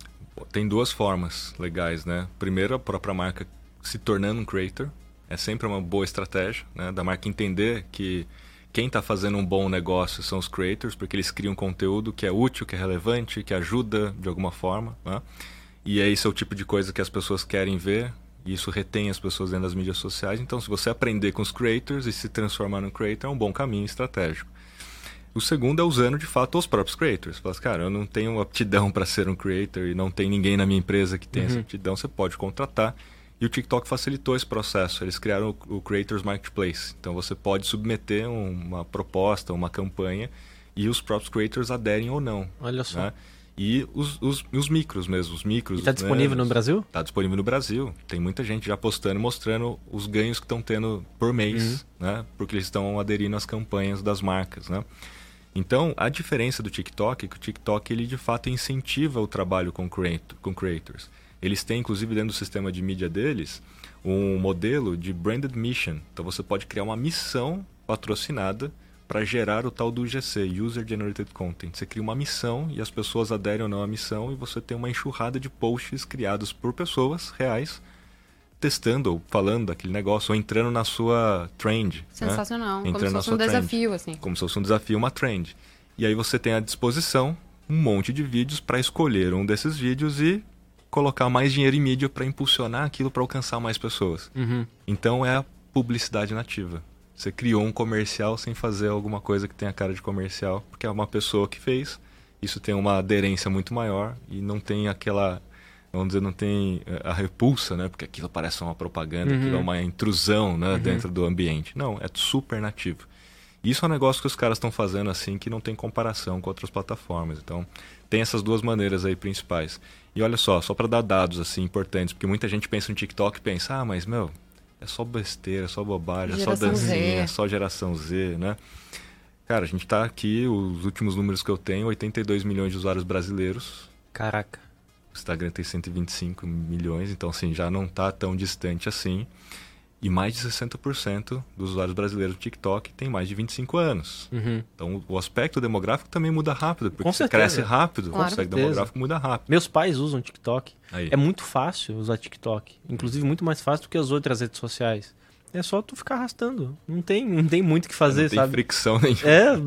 Tem duas formas legais, né? Primeiro, a própria marca se tornando um creator. É sempre uma boa estratégia, né? Da marca entender que quem está fazendo um bom negócio são os creators, porque eles criam conteúdo que é útil, que é relevante, que ajuda de alguma forma, né? E esse é o tipo de coisa que as pessoas querem ver. E isso retém as pessoas dentro das mídias sociais. Então, se você aprender com os creators e se transformar num creator, é um bom caminho estratégico. O segundo é usando, de fato, os próprios creators. Você fala assim, cara, eu não tenho aptidão para ser um creator e não tem ninguém na minha empresa que tenha uhum. essa aptidão, você pode contratar. E o TikTok facilitou esse processo. Eles criaram o, o Creators Marketplace. Então, você pode submeter um, uma proposta, uma campanha, e os próprios creators aderem ou não. Olha só. Né? E os, os, os micros mesmo, os micros. Está disponível no Brasil? Está disponível no Brasil. Tem muita gente já postando e mostrando os ganhos que estão tendo por mês, uhum. né? Porque eles estão aderindo às campanhas das marcas, né? Então, a diferença do TikTok é que o TikTok, ele de fato incentiva o trabalho com, creator, com creators. Eles têm, inclusive, dentro do sistema de mídia deles, um modelo de branded mission. Então, você pode criar uma missão patrocinada para gerar o tal do U G C, User Generated Content. Você cria uma missão e as pessoas aderem ou não à missão e você tem uma enxurrada de posts criados por pessoas reais testando ou falando daquele negócio ou entrando na sua trend. Sensacional, né? como se fosse um trend. desafio, assim. Como se fosse um desafio, uma trend. E aí você tem à disposição um monte de vídeos para escolher um desses vídeos e colocar mais dinheiro em mídia para impulsionar aquilo para alcançar mais pessoas. Uhum. Então é a publicidade nativa. Você criou um comercial sem fazer alguma coisa que tenha cara de comercial, porque é uma pessoa que fez, isso tem uma aderência muito maior e não tem aquela... vamos dizer, não tem a repulsa, né? Porque aquilo parece uma propaganda, uhum. aquilo é uma intrusão, né? Uhum. dentro do ambiente. Não, é super nativo. Isso é um negócio que os caras estão fazendo assim, que não tem comparação com outras plataformas. Então, tem essas duas maneiras aí principais. E olha só, só para dar dados assim importantes, porque muita gente pensa no TikTok e pensa, ah, mas, meu, é só besteira, é só bobagem, geração é só dancinha, Z. é só geração Z, né? Cara, a gente tá aqui, os últimos números que eu tenho, oitenta e dois milhões de usuários brasileiros. Caraca. O Instagram tem cento e vinte e cinco milhões, então assim, já não está tão distante assim. E mais de sessenta por cento dos usuários brasileiros do TikTok tem mais de vinte e cinco anos. Uhum. Então o aspecto demográfico também muda rápido, porque Com você certeza. cresce rápido, claro. o aspecto demográfico muda rápido. Meus pais usam TikTok. Aí. É muito fácil usar TikTok. Inclusive muito mais fácil do que as outras redes sociais. É só tu ficar arrastando. Não tem, não tem muito o que fazer, sabe? Não tem fricção nenhuma.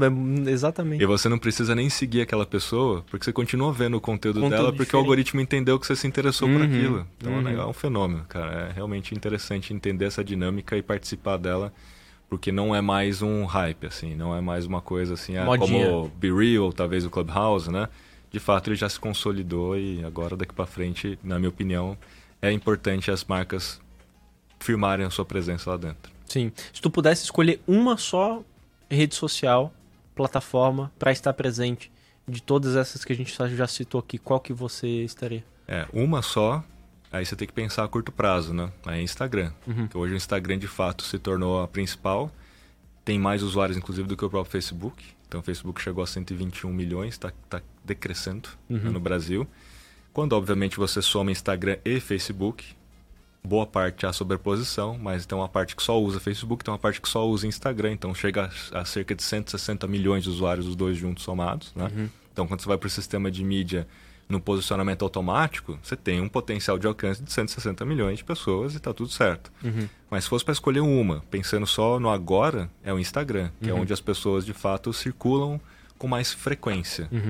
É, exatamente. E você não precisa nem seguir aquela pessoa, porque você continua vendo o conteúdo, conteúdo dela, porque diferente. o algoritmo entendeu que você se interessou uhum, por aquilo. Então uhum. é um fenômeno, cara. É realmente interessante entender essa dinâmica e participar dela, porque não é mais um hype, assim. Não é mais uma coisa assim, ah, como Be Real, talvez o Clubhouse, né? De fato, ele já se consolidou e agora, daqui pra frente, na minha opinião, é importante as marcas firmarem a sua presença lá dentro. Sim. Se tu pudesse escolher uma só rede social, plataforma, para estar presente de todas essas que a gente já citou aqui, qual que você estaria? É, uma só, aí você tem que pensar a curto prazo, né? Aí é Instagram. Uhum. Porque hoje o Instagram, de fato, se tornou a principal. Tem mais usuários, inclusive, do que o próprio Facebook. Então, o Facebook chegou a cento e vinte e um milhões, está tá decrescendo uhum. né, no Brasil. Quando, obviamente, você soma Instagram e Facebook, boa parte há sobreposição, mas tem uma parte que só usa Facebook, tem uma parte que só usa Instagram, então chega a, a cerca de cento e sessenta milhões de usuários, os dois juntos somados, né? Uhum. Então, quando você vai para o sistema de mídia no posicionamento automático, você tem um potencial de alcance de cento e sessenta milhões de pessoas e está tudo certo. Uhum. Mas se fosse para escolher uma, pensando só no agora, é o Instagram, que uhum. é onde as pessoas de fato circulam com mais frequência. Uhum.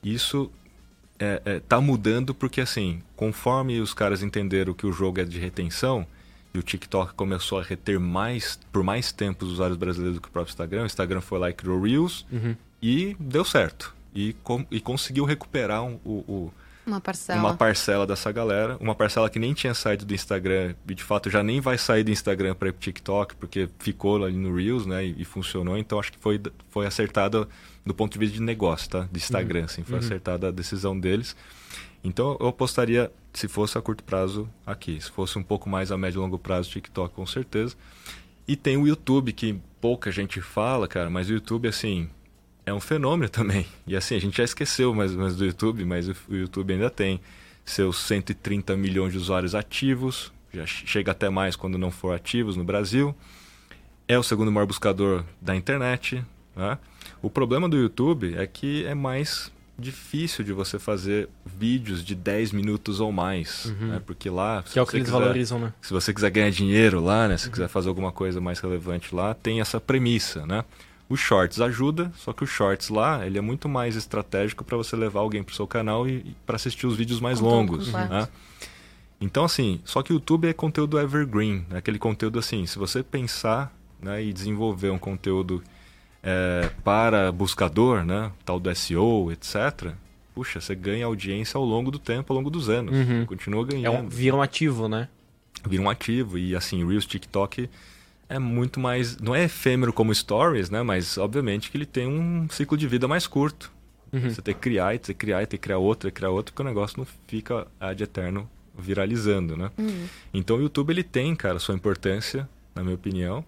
Isso é, é, tá mudando porque, assim, conforme os caras entenderam que o jogo é de retenção, e o TikTok começou a reter mais, por mais tempo os usuários brasileiros do que o próprio Instagram, o Instagram foi lá e criou Reels, uhum. e deu certo. E, com, e conseguiu recuperar um, o, o, uma, parcela. uma parcela dessa galera, uma parcela que nem tinha saído do Instagram, e de fato já nem vai sair do Instagram para ir pro TikTok, porque ficou ali no Reels, né, e, e funcionou. Então acho que foi, foi acertada do ponto de vista de negócio, tá? De Instagram, uhum. assim, foi uhum. acertada a decisão deles. Então eu apostaria, se fosse a curto prazo, aqui. Se fosse um pouco mais a médio e longo prazo, TikTok, com certeza. E tem o YouTube, que pouca gente fala, cara, mas o YouTube, assim, é um fenômeno também. E assim, a gente já esqueceu mais ou menos do YouTube, mas o YouTube ainda tem seus cento e trinta milhões de usuários ativos, já chega até mais quando não for ativos no Brasil. É o segundo maior buscador da internet, né? O problema do YouTube é que é mais difícil de você fazer vídeos de dez minutos ou mais, uhum. né? Porque lá... Que é o que eles quiser, valorizam, né? Se você quiser ganhar dinheiro lá, né? Se uhum. quiser fazer alguma coisa mais relevante lá, tem essa premissa, né? O Shorts ajuda, só que o Shorts lá, ele é muito mais estratégico para você levar alguém para o seu canal e, e para assistir os vídeos mais Conteúdo longos, né? Então, assim, só que o YouTube é conteúdo evergreen, né? Aquele conteúdo assim, se você pensar, né, e desenvolver um conteúdo é, para buscador, né, tal do S E O, etcétera, puxa, você ganha audiência ao longo do tempo, ao longo dos anos. Uhum. Continua ganhando. É um, vira um ativo, né? Vira um ativo. E assim, Reels, TikTok é muito mais... Não é efêmero como Stories, né? Mas obviamente que ele tem um ciclo de vida mais curto. Uhum. Você tem que criar, tem que criar, tem que criar outro, tem que criar outro, porque o negócio não fica ad eterno viralizando, né? Uhum. Então o YouTube, ele tem, cara, sua importância, na minha opinião.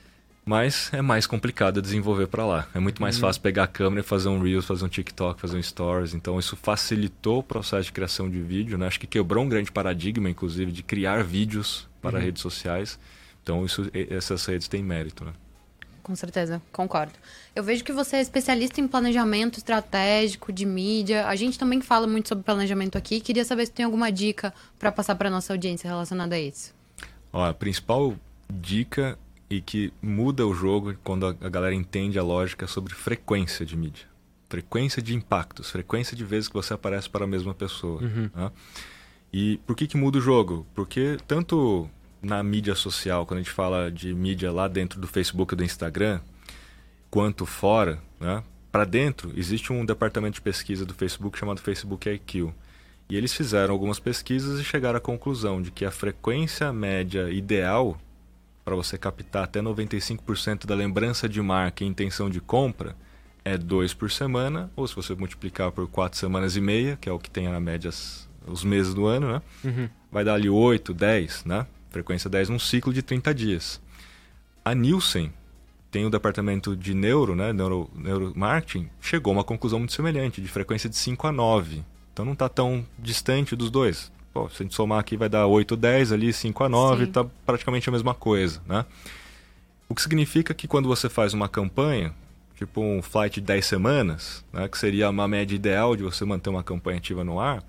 Mas é mais complicado de desenvolver para lá. É muito mais uhum. fácil pegar a câmera e fazer um Reels, fazer um TikTok, fazer um Stories. Então isso facilitou o processo de criação de vídeo, né? Acho que quebrou um grande paradigma, inclusive, de criar vídeos para uhum. redes sociais. Então isso, essas redes têm mérito, né? Com certeza, concordo. Eu vejo que você é especialista em planejamento estratégico de mídia. A gente também fala muito sobre planejamento aqui. Queria saber se tem alguma dica para passar para nossa audiência relacionada a isso. Ó, a principal dica e que muda o jogo quando a galera entende a lógica sobre frequência de mídia. Frequência de impactos, frequência de vezes que você aparece para a mesma pessoa. Uhum. Né? E por que que muda o jogo? Porque tanto na mídia social, quando a gente fala de mídia lá dentro do Facebook e do Instagram, quanto fora, né? Para dentro, existe um departamento de pesquisa do Facebook chamado Facebook I Q. E eles fizeram algumas pesquisas e chegaram à conclusão de que a frequência média ideal para você captar até noventa e cinco por cento da lembrança de marca e intenção de compra é dois por semana, ou se você multiplicar por quatro semanas e meia, que é o que tem na média os meses do ano, né? Uhum. Vai dar ali oito, dez, né? Frequência dez num ciclo de trinta dias. A Nielsen tem o departamento de neuro, né? Neuro, neuromarketing, chegou a uma conclusão muito semelhante, de frequência de cinco a nove. Então não está tão distante dos dois. Pô, se a gente somar aqui vai dar oito, dez, ali cinco a nove, está praticamente a mesma coisa, né? O que significa que quando você faz uma campanha, tipo um flight de dez semanas, né, que seria uma média ideal de você manter uma campanha ativa no ar,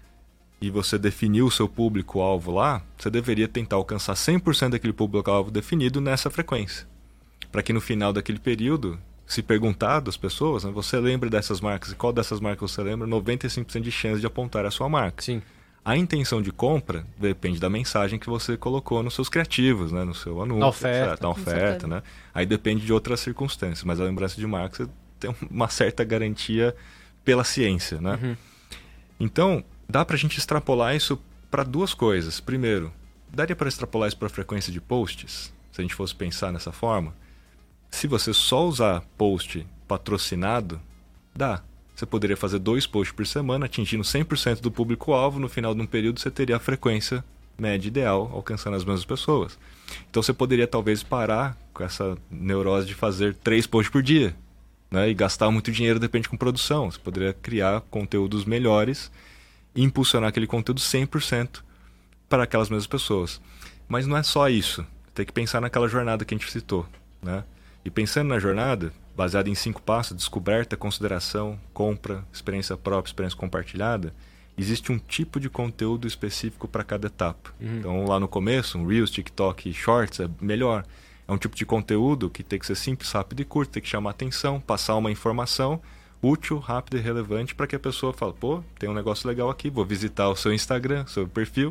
e você definiu o seu público-alvo lá, você deveria tentar alcançar cem por cento daquele público-alvo definido nessa frequência. Para que no final daquele período, se perguntar das pessoas, né, você lembre dessas marcas, e qual dessas marcas você lembra, noventa e cinco por cento de chance de apontar a sua marca. Sim. A intenção de compra depende da mensagem que você colocou nos seus criativos, né? No seu anúncio, da oferta, da oferta, né? Aí depende de outras circunstâncias, mas a lembrança de marca você tem uma certa garantia pela ciência, né? Uhum. Então, dá para a gente extrapolar isso para duas coisas. Primeiro, daria para extrapolar isso para a frequência de posts, se a gente fosse pensar nessa forma. Se você só usar post patrocinado, dá. Você poderia fazer dois posts por semana, atingindo cem por cento do público-alvo. No final de um período, você teria a frequência média ideal, alcançando as mesmas pessoas. Então, você poderia talvez parar com essa neurose de fazer três posts por dia, né? E gastar muito dinheiro, depende com produção. Você poderia criar conteúdos melhores e impulsionar aquele conteúdo cem por cento para aquelas mesmas pessoas. Mas não é só isso. Tem que pensar naquela jornada que a gente citou, né? E pensando na jornada, baseada em cinco passos, descoberta, consideração, compra, experiência própria, experiência compartilhada, existe um tipo de conteúdo específico para cada etapa. Uhum. Então, lá no começo, um Reels, TikTok e Shorts é melhor. É um tipo de conteúdo que tem que ser simples, rápido e curto, tem que chamar atenção, passar uma informação. útil, rápido e relevante para que a pessoa fale, pô, tem um negócio legal aqui, vou visitar o seu Instagram, seu perfil.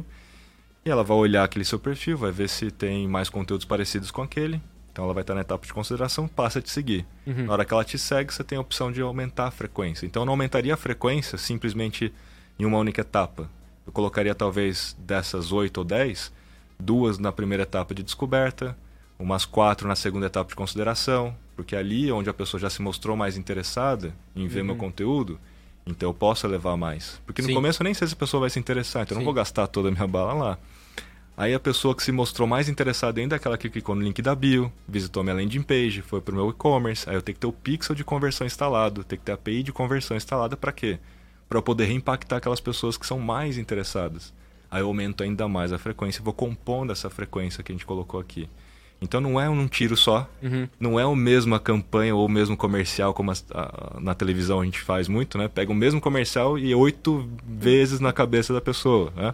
E ela vai olhar aquele seu perfil, vai ver se tem mais conteúdos parecidos com aquele. Então ela vai estar na etapa de consideração, passa a te seguir. Uhum. Na hora que ela te segue, você tem a opção de aumentar a frequência. Então eu não aumentaria a frequência simplesmente em uma única etapa. Eu colocaria talvez dessas oito ou dez, duas na primeira etapa de descoberta, umas quatro na segunda etapa de consideração, porque ali é onde a pessoa já se mostrou mais interessada em ver uhum. meu conteúdo, então eu posso elevar mais. Porque no Sim. começo eu nem sei se a pessoa vai se interessar, então eu não vou gastar toda a minha bala lá. Aí a pessoa que se mostrou mais interessada ainda é aquela que clicou no link da bio, visitou minha landing page, foi para o meu e-commerce, aí eu tenho que ter o pixel de conversão instalado, tenho que ter a A P I de conversão instalada para quê? Para eu poder reimpactar aquelas pessoas que são mais interessadas. Aí eu aumento ainda mais a frequência e vou compondo essa frequência que a gente colocou aqui. Então não é um tiro só, uhum. não é a mesma campanha ou o mesmo comercial como a, a, na televisão a gente faz muito, né? Pega o mesmo comercial e oito vezes na cabeça da pessoa, né?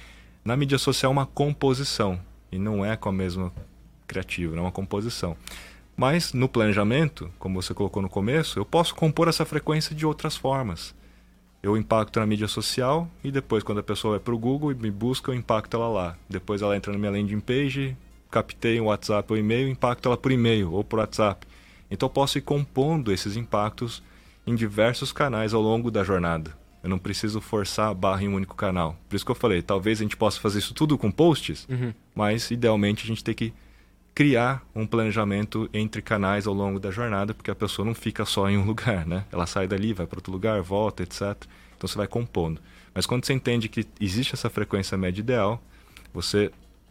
Na mídia social é uma composição, e não é com a mesma criativa, é uma composição. Mas no planejamento, como você colocou no começo, eu posso compor essa frequência de outras formas. Eu impacto na mídia social e depois quando a pessoa vai para o Google e me busca, eu impacto ela lá. Depois ela entra na minha landing page, captei um WhatsApp ou e-mail, impacto ela por e-mail ou por WhatsApp. Então eu posso ir compondo esses impactos em diversos canais ao longo da jornada. Eu não preciso forçar a barra em um único canal. Por isso que eu falei, talvez a gente possa fazer isso tudo com posts, uhum. mas idealmente a gente tem que criar um planejamento entre canais ao longo da jornada, porque a pessoa não fica só em um lugar, né? Ela sai dali, vai para outro lugar, volta, etcétera. Então você vai compondo. Mas quando você entende que existe essa frequência média ideal, você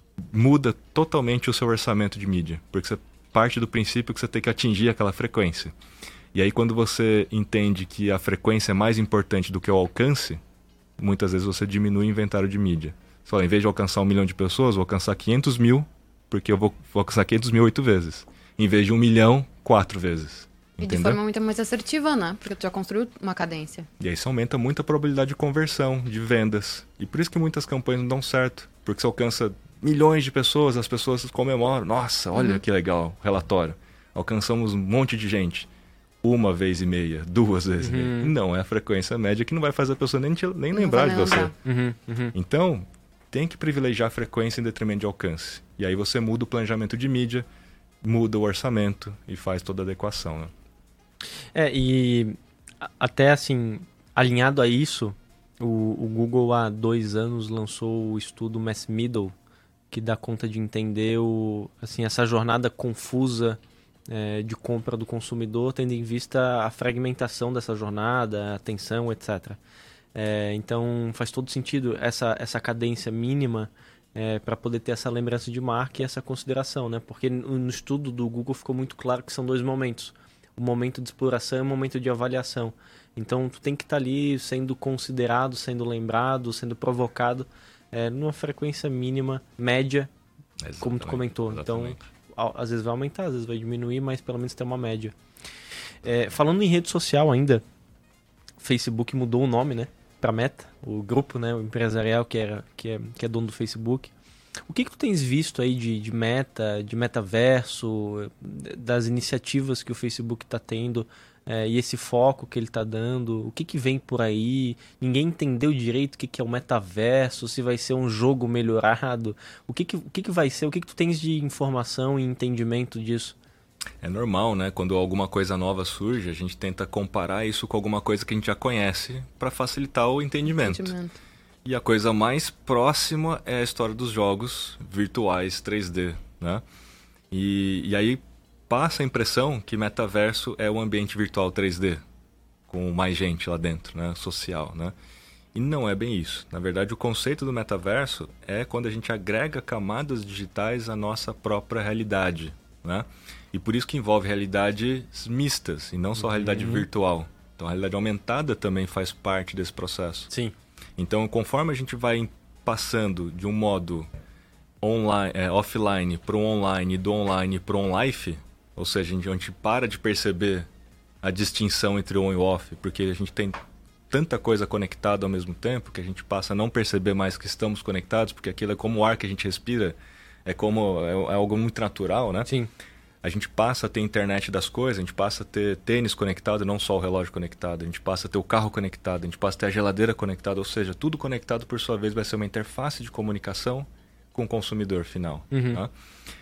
muda totalmente o seu orçamento de mídia, porque você parte do princípio que você tem que atingir aquela frequência. E aí quando você entende que a frequência é mais importante do que o alcance, muitas vezes você diminui o inventário de mídia. Você fala, em vez de alcançar um milhão de pessoas, vou alcançar quinhentos mil, porque eu vou, vou alcançar quinhentos mil oito vezes. Em vez de um milhão, quatro vezes. E Entendeu? de forma muito mais assertiva, né? Porque tu já construiu uma cadência. E aí isso aumenta muito a probabilidade de conversão, de vendas. E por isso que muitas campanhas não dão certo. Porque você alcança milhões de pessoas, as pessoas comemoram. Nossa, olha uhum. que legal o relatório. Alcançamos um monte de gente. Uma vez e meia, duas vezes uhum. e meia. Não é a frequência média que não vai fazer a pessoa nem, te, nem lembrar de você. Uhum, uhum. Então, tem que privilegiar a frequência em detrimento de alcance. E aí você muda o planejamento de mídia, muda o orçamento e faz toda a adequação. Né? É, e até assim, alinhado a isso, o, o Google há dois anos lançou o estudo Mass Middle, que dá conta de entender o, assim, essa jornada confusa É, de compra do consumidor, tendo em vista a fragmentação dessa jornada, a atenção, etcétera. É, então faz todo sentido essa, essa cadência mínima é, para poder ter essa lembrança de marca e essa consideração, né? Porque no, no estudo do Google ficou muito claro que são dois momentos. O momento de exploração e o momento de avaliação. Então tu tem que estar tá ali sendo considerado, sendo lembrado, sendo provocado é, numa frequência mínima, média, exatamente, como tu comentou. Exatamente. Então às vezes vai aumentar, às vezes vai diminuir, mas pelo menos tem uma média. É, falando em rede social ainda, o Facebook mudou o nome, né, para Meta, o grupo, né, o empresarial que, era, que, é, que é dono do Facebook. O que, que tu tens visto aí de, de Meta, de metaverso, das iniciativas que o Facebook está tendo é, e esse foco que ele está dando? O que, que vem por aí? Ninguém entendeu direito o que, que é o metaverso, se vai ser um jogo melhorado. O que, que, o que, que vai ser? O que, que tu tens de informação e entendimento disso? É normal, né? Quando alguma coisa nova surge, a gente tenta comparar isso com alguma coisa que a gente já conhece para facilitar o entendimento. entendimento. E a coisa mais próxima é a história dos jogos virtuais três D, né? E, e aí passa a impressão que metaverso é um ambiente virtual três D, com mais gente lá dentro, né? Social, né? E não é bem isso. Na verdade, o conceito do metaverso é quando a gente agrega camadas digitais à nossa própria realidade, né? E por isso que envolve realidades mistas, e não só a realidade uhum. virtual. Então, a realidade aumentada também faz parte desse processo. Sim. Então, conforme a gente vai passando de um modo online, é, offline para o online, do online para o on-life, ou seja, a gente, a gente para de perceber a distinção entre on e off, porque a gente tem tanta coisa conectada ao mesmo tempo que a gente passa a não perceber mais que estamos conectados, porque aquilo é como o ar que a gente respira, é como é, é algo muito natural, né? Sim. A gente passa a ter internet das coisas, a gente passa a ter tênis conectado, não só o relógio conectado. A gente passa a ter o carro conectado, a gente passa a ter a geladeira conectada. Ou seja, tudo conectado, por sua vez, vai ser uma interface de comunicação com o consumidor final. Uhum. Tá?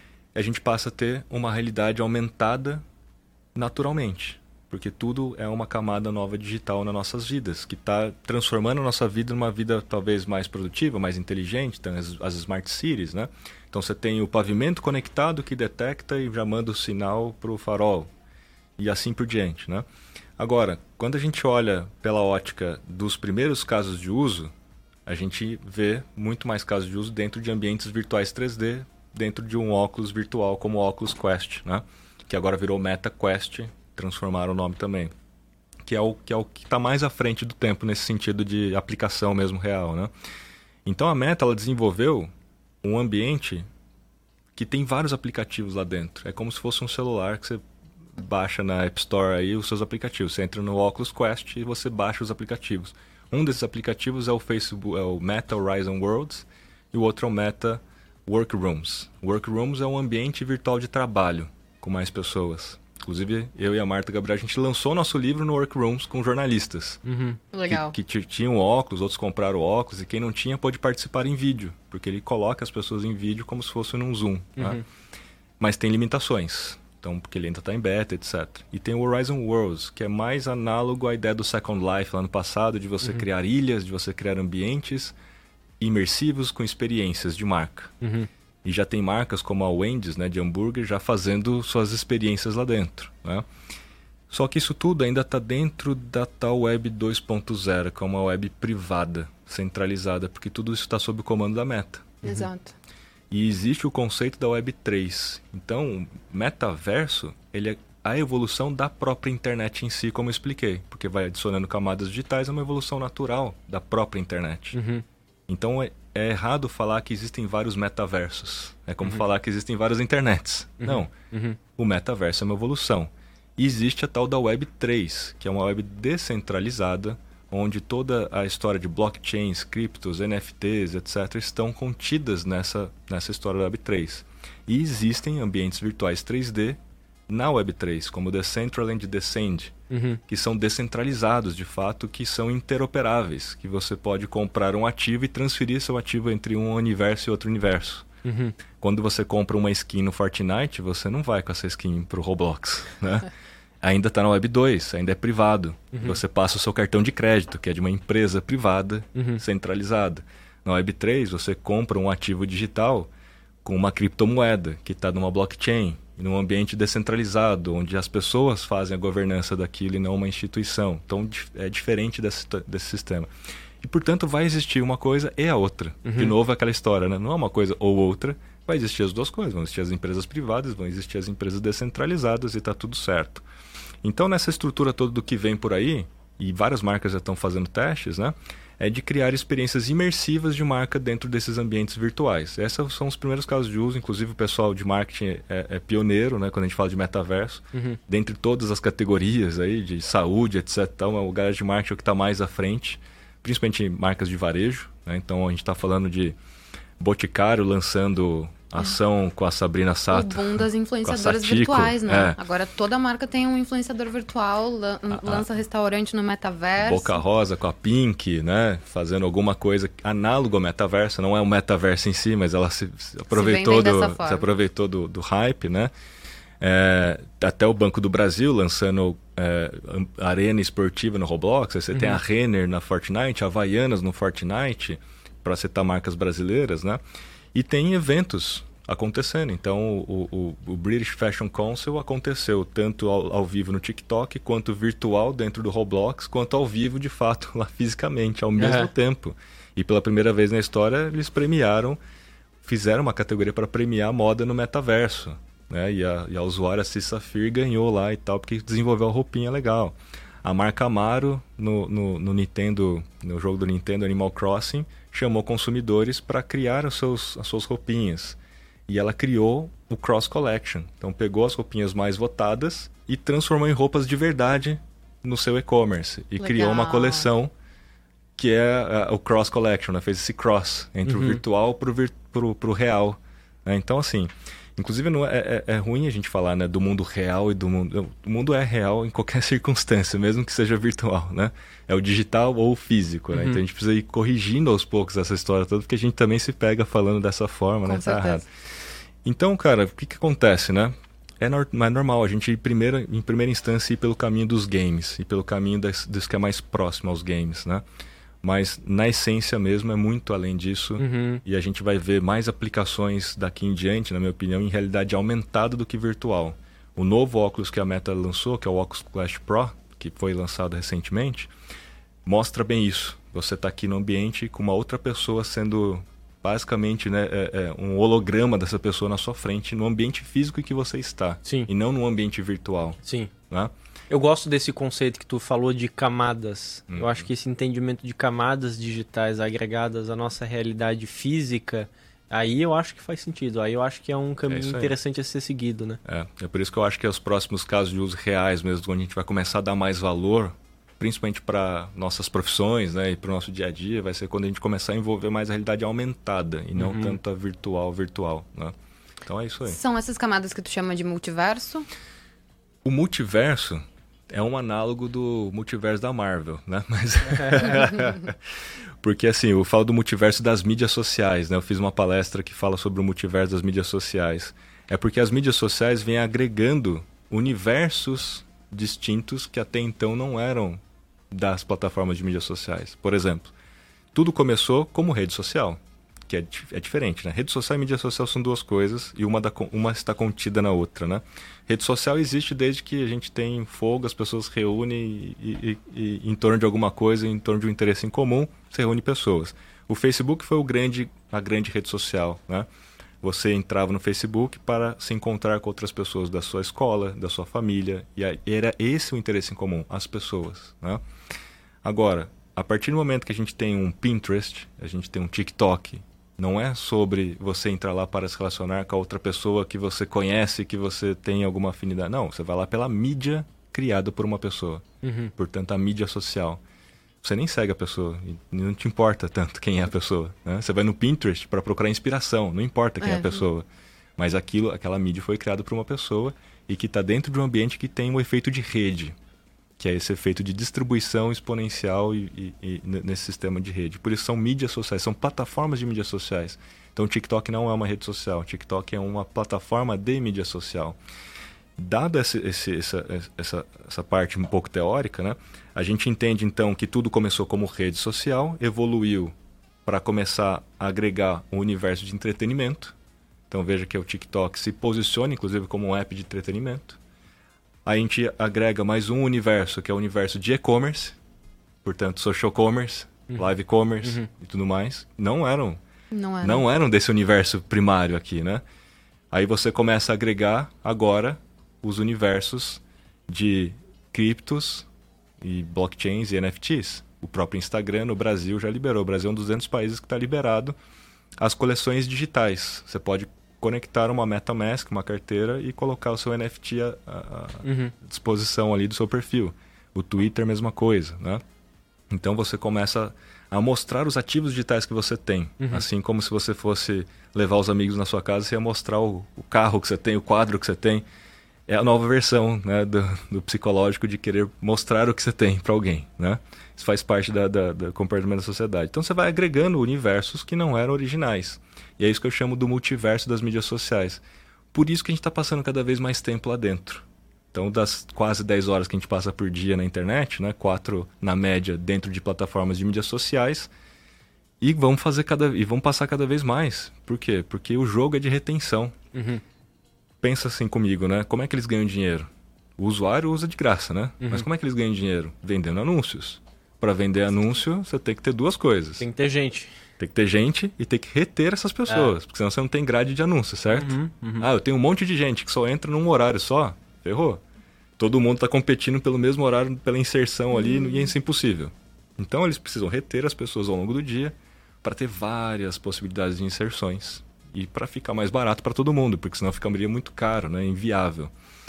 A gente passa a ter uma realidade aumentada naturalmente. Porque tudo é uma camada nova digital nas nossas vidas, que está transformando a nossa vida numa vida talvez mais produtiva, mais inteligente, então as, as smart cities, né? Então você tem o pavimento conectado que detecta e já manda o sinal para o farol, e assim por diante, né? Agora, quando a gente olha pela ótica dos primeiros casos de uso, a gente vê muito mais casos de uso dentro de ambientes virtuais três D, dentro de um óculos virtual como o Oculus Quest, né? Que agora virou Meta Quest, transformaram o nome também, que é o que é o que está mais à frente do tempo nesse sentido de aplicação mesmo real, né? Então a Meta, ela desenvolveu um ambiente que tem vários aplicativos lá dentro. É como se fosse um celular que você baixa na App Store aí os seus aplicativos. Você entra no Oculus Quest e você baixa os aplicativos. Um desses aplicativos é o Facebook, é o Meta Horizon Worlds, e o outro é o Meta Workrooms. Workrooms é um ambiente virtual de trabalho com mais pessoas. Inclusive, eu e a Marta Gabriel, a gente lançou nosso livro no Workrooms com jornalistas. Uhum. Legal. Que, que tinham óculos, outros compraram óculos, e quem não tinha pôde participar em vídeo, porque ele coloca as pessoas em vídeo como se fosse num Zoom. Uhum. Né? Mas tem limitações, então, porque ele ainda está em beta, etcétera. E tem o Horizon Worlds, que é mais análogo à ideia do Second Life lá no passado, de você uhum. criar ilhas, de você criar ambientes imersivos com experiências de marca. Uhum. E já tem marcas como a Wendy's, né, de hambúrguer, já fazendo suas experiências lá dentro. Né? Só que isso tudo ainda está dentro da tal Web dois ponto zero, que é uma web privada, centralizada, porque tudo isso está sob o comando da Meta. Exato. E existe o conceito da Web três. Então, o metaverso, ele é a evolução da própria internet em si, como eu expliquei. Porque vai adicionando camadas digitais, é uma evolução natural da própria internet. Uhum. Então, é, é errado falar que existem vários metaversos. É como uhum. falar que existem várias internets. Uhum. Não. Uhum. O metaverso é uma evolução. E existe a tal da Web três, que é uma web descentralizada, onde toda a história de blockchains, criptos, N F Ts, etcétera, estão contidas nessa, nessa história da Web três. E existem ambientes virtuais três D na Web três, como o Decentraland e Descend, uhum. que são descentralizados, de fato, que são interoperáveis, que você pode comprar um ativo e transferir seu ativo entre um universo e outro universo. Uhum. Quando você compra uma skin no Fortnite, você não vai com essa skin pro Roblox, né? Ainda está na Web dois, ainda é privado. Uhum. Você passa o seu cartão de crédito, que é de uma empresa privada, uhum. centralizada. Na Web três, você compra um ativo digital com uma criptomoeda, que está numa blockchain, num ambiente descentralizado, onde as pessoas fazem a governança daquilo e não uma instituição. Então, é diferente desse, desse sistema. E, portanto, vai existir uma coisa e a outra. Uhum. De novo, aquela história, né? Não é uma coisa ou outra, vai existir as duas coisas. Vão existir as empresas privadas, vão existir as empresas descentralizadas e está tudo certo. Então, nessa estrutura toda do que vem por aí, e várias marcas já estão fazendo testes, né? É de criar experiências imersivas de marca dentro desses ambientes virtuais. Esses são os primeiros casos de uso, inclusive o pessoal de marketing é, é pioneiro, né, quando a gente fala de metaverso. Uhum. Dentre todas as categorias aí, de saúde, etcétera, então, o galera de marketing é o que está mais à frente, principalmente marcas de varejo. Né? Então, a gente está falando de Boticário lançando ação é. com a Sabrina Sato. O boom das influenciadoras virtuais, né? É. Agora toda marca tem um influenciador virtual, lan- a, lança a, restaurante no metaverso. Boca Rosa com a Pink, né? Fazendo alguma coisa análogo ao metaverso. Não é um metaverso em si, mas ela se, se aproveitou, se do, se aproveitou do, do hype, né? É, até o Banco do Brasil lançando é, arena esportiva no Roblox. Você uhum. tem a Renner na Fortnite, a Havaianas no Fortnite, para citar marcas brasileiras, né? E tem eventos acontecendo. Então, o, o, o British Fashion Council aconteceu tanto ao, ao vivo no TikTok, quanto virtual dentro do Roblox, quanto ao vivo, de fato, lá fisicamente, ao mesmo uhum. tempo. E pela primeira vez na história, eles premiaram, fizeram uma categoria para premiar moda no metaverso. Né? E, a, e a usuária Cis Safir ganhou lá e tal, porque desenvolveu a roupinha legal. A marca Amaro, no, no, no Nintendo, no jogo do Nintendo Animal Crossing, chamou consumidores para criar os seus, as suas roupinhas. E ela criou o Cross Collection. Então pegou as roupinhas mais votadas e transformou em roupas de verdade no seu e-commerce. E Legal. criou uma coleção que é a, o Cross Collection. Né? Fez esse cross entre uhum. o virtual para o vir, real. Né? Então, assim... Inclusive, não é, é, é ruim a gente falar, né, do mundo real e do mundo... O mundo é real em qualquer circunstância, mesmo que seja virtual, né? É o digital ou o físico, né? Uhum. Então a gente precisa ir corrigindo aos poucos essa história toda, porque a gente também se pega falando dessa forma, Com né? certeza. Tá errado. Então, cara, o que que acontece, né? É mais normal a gente, ir primeira, em primeira instância, ir pelo caminho dos games, e pelo caminho das, dos que é mais próximo aos games, né? Mas, na essência mesmo, é muito além disso. Uhum. E a gente vai ver mais aplicações daqui em diante, na minha opinião, em realidade aumentada do que virtual. O novo óculos que a Meta lançou, que é o Oculus Quest Pro, que foi lançado recentemente, mostra bem isso. Você está aqui no ambiente com uma outra pessoa sendo, basicamente, né, é, é um holograma dessa pessoa na sua frente, no ambiente físico em que você está. Sim. E não no ambiente virtual. Sim. Né? Eu gosto desse conceito que tu falou de camadas. Uhum. Eu acho que esse entendimento de camadas digitais agregadas à nossa realidade física, aí eu acho que faz sentido. Aí eu acho que é um caminho é interessante a ser seguido, né? É, é por isso que eu acho que os próximos casos de uso reais mesmo, onde a gente vai começar a dar mais valor, principalmente para nossas profissões, né, e para o nosso dia a dia, vai ser quando a gente começar a envolver mais a realidade aumentada e não uhum. tanto a virtual, virtual, né? Então é isso aí. São essas camadas que tu chama de multiverso? O multiverso é um análogo do multiverso da Marvel, né? Mas porque assim, eu falo do multiverso das mídias sociais, né? Eu fiz uma palestra que fala sobre o multiverso das mídias sociais. É porque as mídias sociais vêm agregando universos distintos que até então não eram das plataformas de mídias sociais. Por exemplo, tudo começou como rede social, que é, é diferente, né? Rede social e mídia social são duas coisas e uma, da, uma está contida na outra, né? Rede social existe desde que a gente tem fogo, as pessoas se reúnem e, e, e, em torno de alguma coisa, em torno de um interesse em comum, se reúne pessoas. O Facebook foi o grande, a grande rede social, né? Você entrava no Facebook para se encontrar com outras pessoas da sua escola, da sua família, e era esse o interesse em comum, as pessoas, né? Agora, a partir do momento que a gente tem um Pinterest, a gente tem um TikTok, não é sobre você entrar lá para se relacionar com a outra pessoa que você conhece, que você tem alguma afinidade. Não, você vai lá pela mídia criada por uma pessoa. Uhum. Portanto, a mídia social. Você nem segue a pessoa, não te importa tanto quem é a pessoa, né? Você vai no Pinterest para procurar inspiração, não importa quem é, é a pessoa. Mas aquilo, aquela mídia foi criada por uma pessoa e que está dentro de um ambiente que tem um efeito de rede, que é esse efeito de distribuição exponencial e, e, e nesse sistema de rede. Por isso são mídias sociais, são plataformas de mídias sociais. Então o TikTok não é uma rede social, o TikTok é uma plataforma de mídia social. Dada esse, esse, essa, essa, essa parte um pouco teórica, né, a gente entende então que tudo começou como rede social, evoluiu para começar a agregar um universo de entretenimento. Então veja que o TikTok se posiciona inclusive como um app de entretenimento. A gente agrega mais um universo, que é o universo de e-commerce, portanto, social commerce, uhum. live commerce uhum. e tudo mais. Não eram, não, era. não eram desse universo primário aqui, né? Aí você começa a agregar agora os universos de criptos e blockchains e N F Ts. O próprio Instagram no Brasil já liberou. O Brasil é um dos duzentos países que está liberado as coleções digitais. Você pode conectar uma MetaMask, uma carteira, e colocar o seu N F T à, à uhum. disposição ali do seu perfil. O Twitter, mesma coisa, né? Então você começa a mostrar os ativos digitais que você tem. Uhum. Assim como se você fosse levar os amigos na sua casa, você ia mostrar o, o carro que você tem, o quadro que você tem. É a nova versão, né, do, do psicológico de querer mostrar o que você tem para alguém, né? Isso faz parte da, da, do comportamento da sociedade. Então você vai agregando universos que não eram originais. E é isso que eu chamo do multiverso das mídias sociais. Por isso que a gente está passando cada vez mais tempo lá dentro. Então, das quase dez horas que a gente passa por dia na internet, né, quatro na média dentro de plataformas de mídias sociais, e vamos, fazer cada, e vamos passar cada vez mais. Por quê? Porque o jogo é de retenção. Uhum. Pensa assim comigo, né? Como é que eles ganham dinheiro? O usuário usa de graça, né? Uhum. Mas como é que eles ganham dinheiro? Vendendo anúncios. Para vender anúncio, você tem que ter duas coisas. Tem que ter gente. Tem que ter gente e tem que reter essas pessoas. É. Porque senão você não tem grade de anúncio, certo? Uhum, uhum. Ah, eu tenho um monte de gente que só entra num horário só. Ferrou. Todo mundo está competindo pelo mesmo horário, pela inserção ali, uhum. e isso é impossível. Então eles precisam reter as pessoas ao longo do dia para ter várias possibilidades de inserções. E para ficar mais barato para todo mundo, porque senão ficaria muito caro, né? Inviável.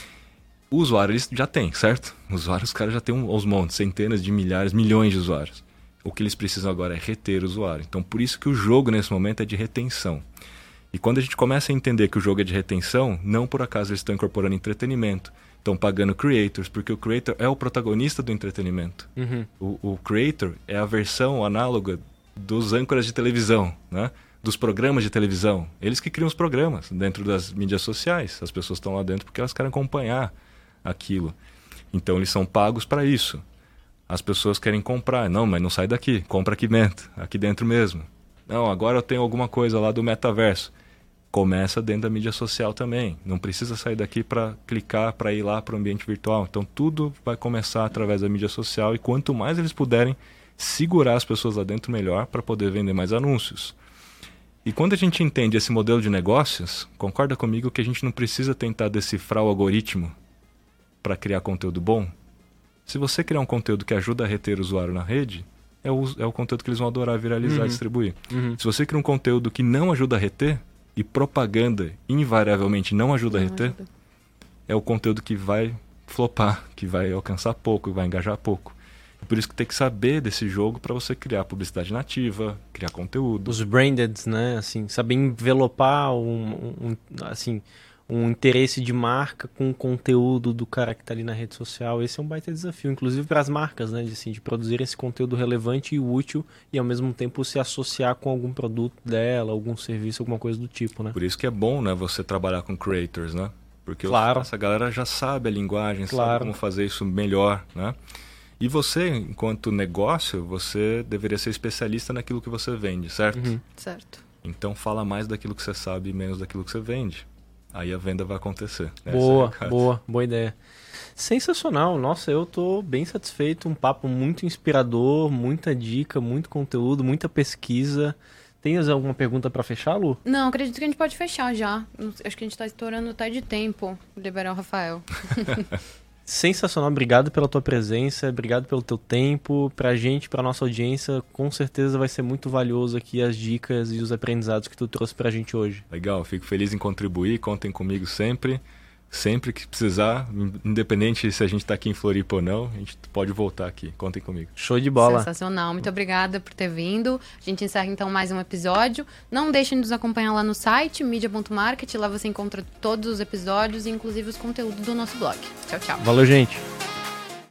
O usuário eles já tem, certo? O usuário, os caras já têm aos montes, centenas de milhares, milhões de usuários. O que eles precisam agora é reter o usuário. Então, por isso que o jogo, nesse momento, é de retenção. E quando a gente começa a entender que o jogo é de retenção, não por acaso eles estão incorporando entretenimento. Estão pagando creators, porque o creator é o protagonista do entretenimento. Uhum. O, o creator é a versão análoga dos âncoras de televisão, né? Dos programas de televisão. Eles que criam os programas dentro das mídias sociais. As pessoas estão lá dentro porque elas querem acompanhar aquilo. Então eles são pagos para isso. As pessoas querem comprar. Não, mas não sai daqui. Compra aqui dentro. Aqui dentro mesmo. Não, agora eu tenho alguma coisa lá do metaverso. Começa dentro da mídia social também. Não precisa sair daqui para clicar, para ir lá para o ambiente virtual. Então tudo vai começar através da mídia social. E quanto mais eles puderem segurar as pessoas lá dentro, melhor, para poder vender mais anúncios. E quando a gente entende esse modelo de negócios, concorda comigo que a gente não precisa tentar decifrar o algoritmo para criar conteúdo bom? Se você criar um conteúdo que ajuda a reter o usuário na rede, é o, é o conteúdo que eles vão adorar viralizar uhum. e distribuir. Uhum. Se você cria um conteúdo que não ajuda a reter, e propaganda invariavelmente não ajuda não a reter, ajuda. É o conteúdo que vai flopar, que vai alcançar pouco, que vai engajar pouco. E por isso que tem que saber desse jogo para você criar publicidade nativa, criar conteúdo. Os brandeds, né? Assim, saber envelopar um, um, assim, um interesse de marca com o conteúdo do cara que está ali na rede social. Esse é um baita desafio, inclusive para as marcas, né? De, assim, de produzir esse conteúdo relevante e útil e ao mesmo tempo se associar com algum produto dela, algum serviço, alguma coisa do tipo, né? Por isso que é bom, né, você trabalhar com creators, né? Porque claro. essa galera já sabe a linguagem, claro. sabe como fazer isso melhor, né? E você, enquanto negócio, você deveria ser especialista naquilo que você vende, certo? Uhum. Certo. Então fala mais daquilo que você sabe e menos daquilo que você vende. Aí a venda vai acontecer. Boa, é boa, boa ideia. Sensacional, nossa, eu tô bem satisfeito, um papo muito inspirador, muita dica, muito conteúdo, muita pesquisa. Tens alguma pergunta para fechar, Lu? Não, acredito que a gente pode fechar já. Acho que a gente tá estourando até de tempo, liberar o Rafael. Sensacional, obrigado pela tua presença, obrigado pelo teu tempo. Pra gente, pra nossa audiência, com certeza vai ser muito valioso aqui as dicas e os aprendizados que tu trouxe pra gente hoje. Legal, fico feliz em contribuir, contem comigo sempre. Sempre que precisar, independente se a gente está aqui em Floripa ou não, a gente pode voltar aqui. Contem comigo. Show de bola. Sensacional. Muito obrigada por ter vindo. A gente encerra então mais um episódio. Não deixem de nos acompanhar lá no site, media ponto market. Lá você encontra todos os episódios, inclusive os conteúdos do nosso blog. Tchau, tchau. Valeu, gente.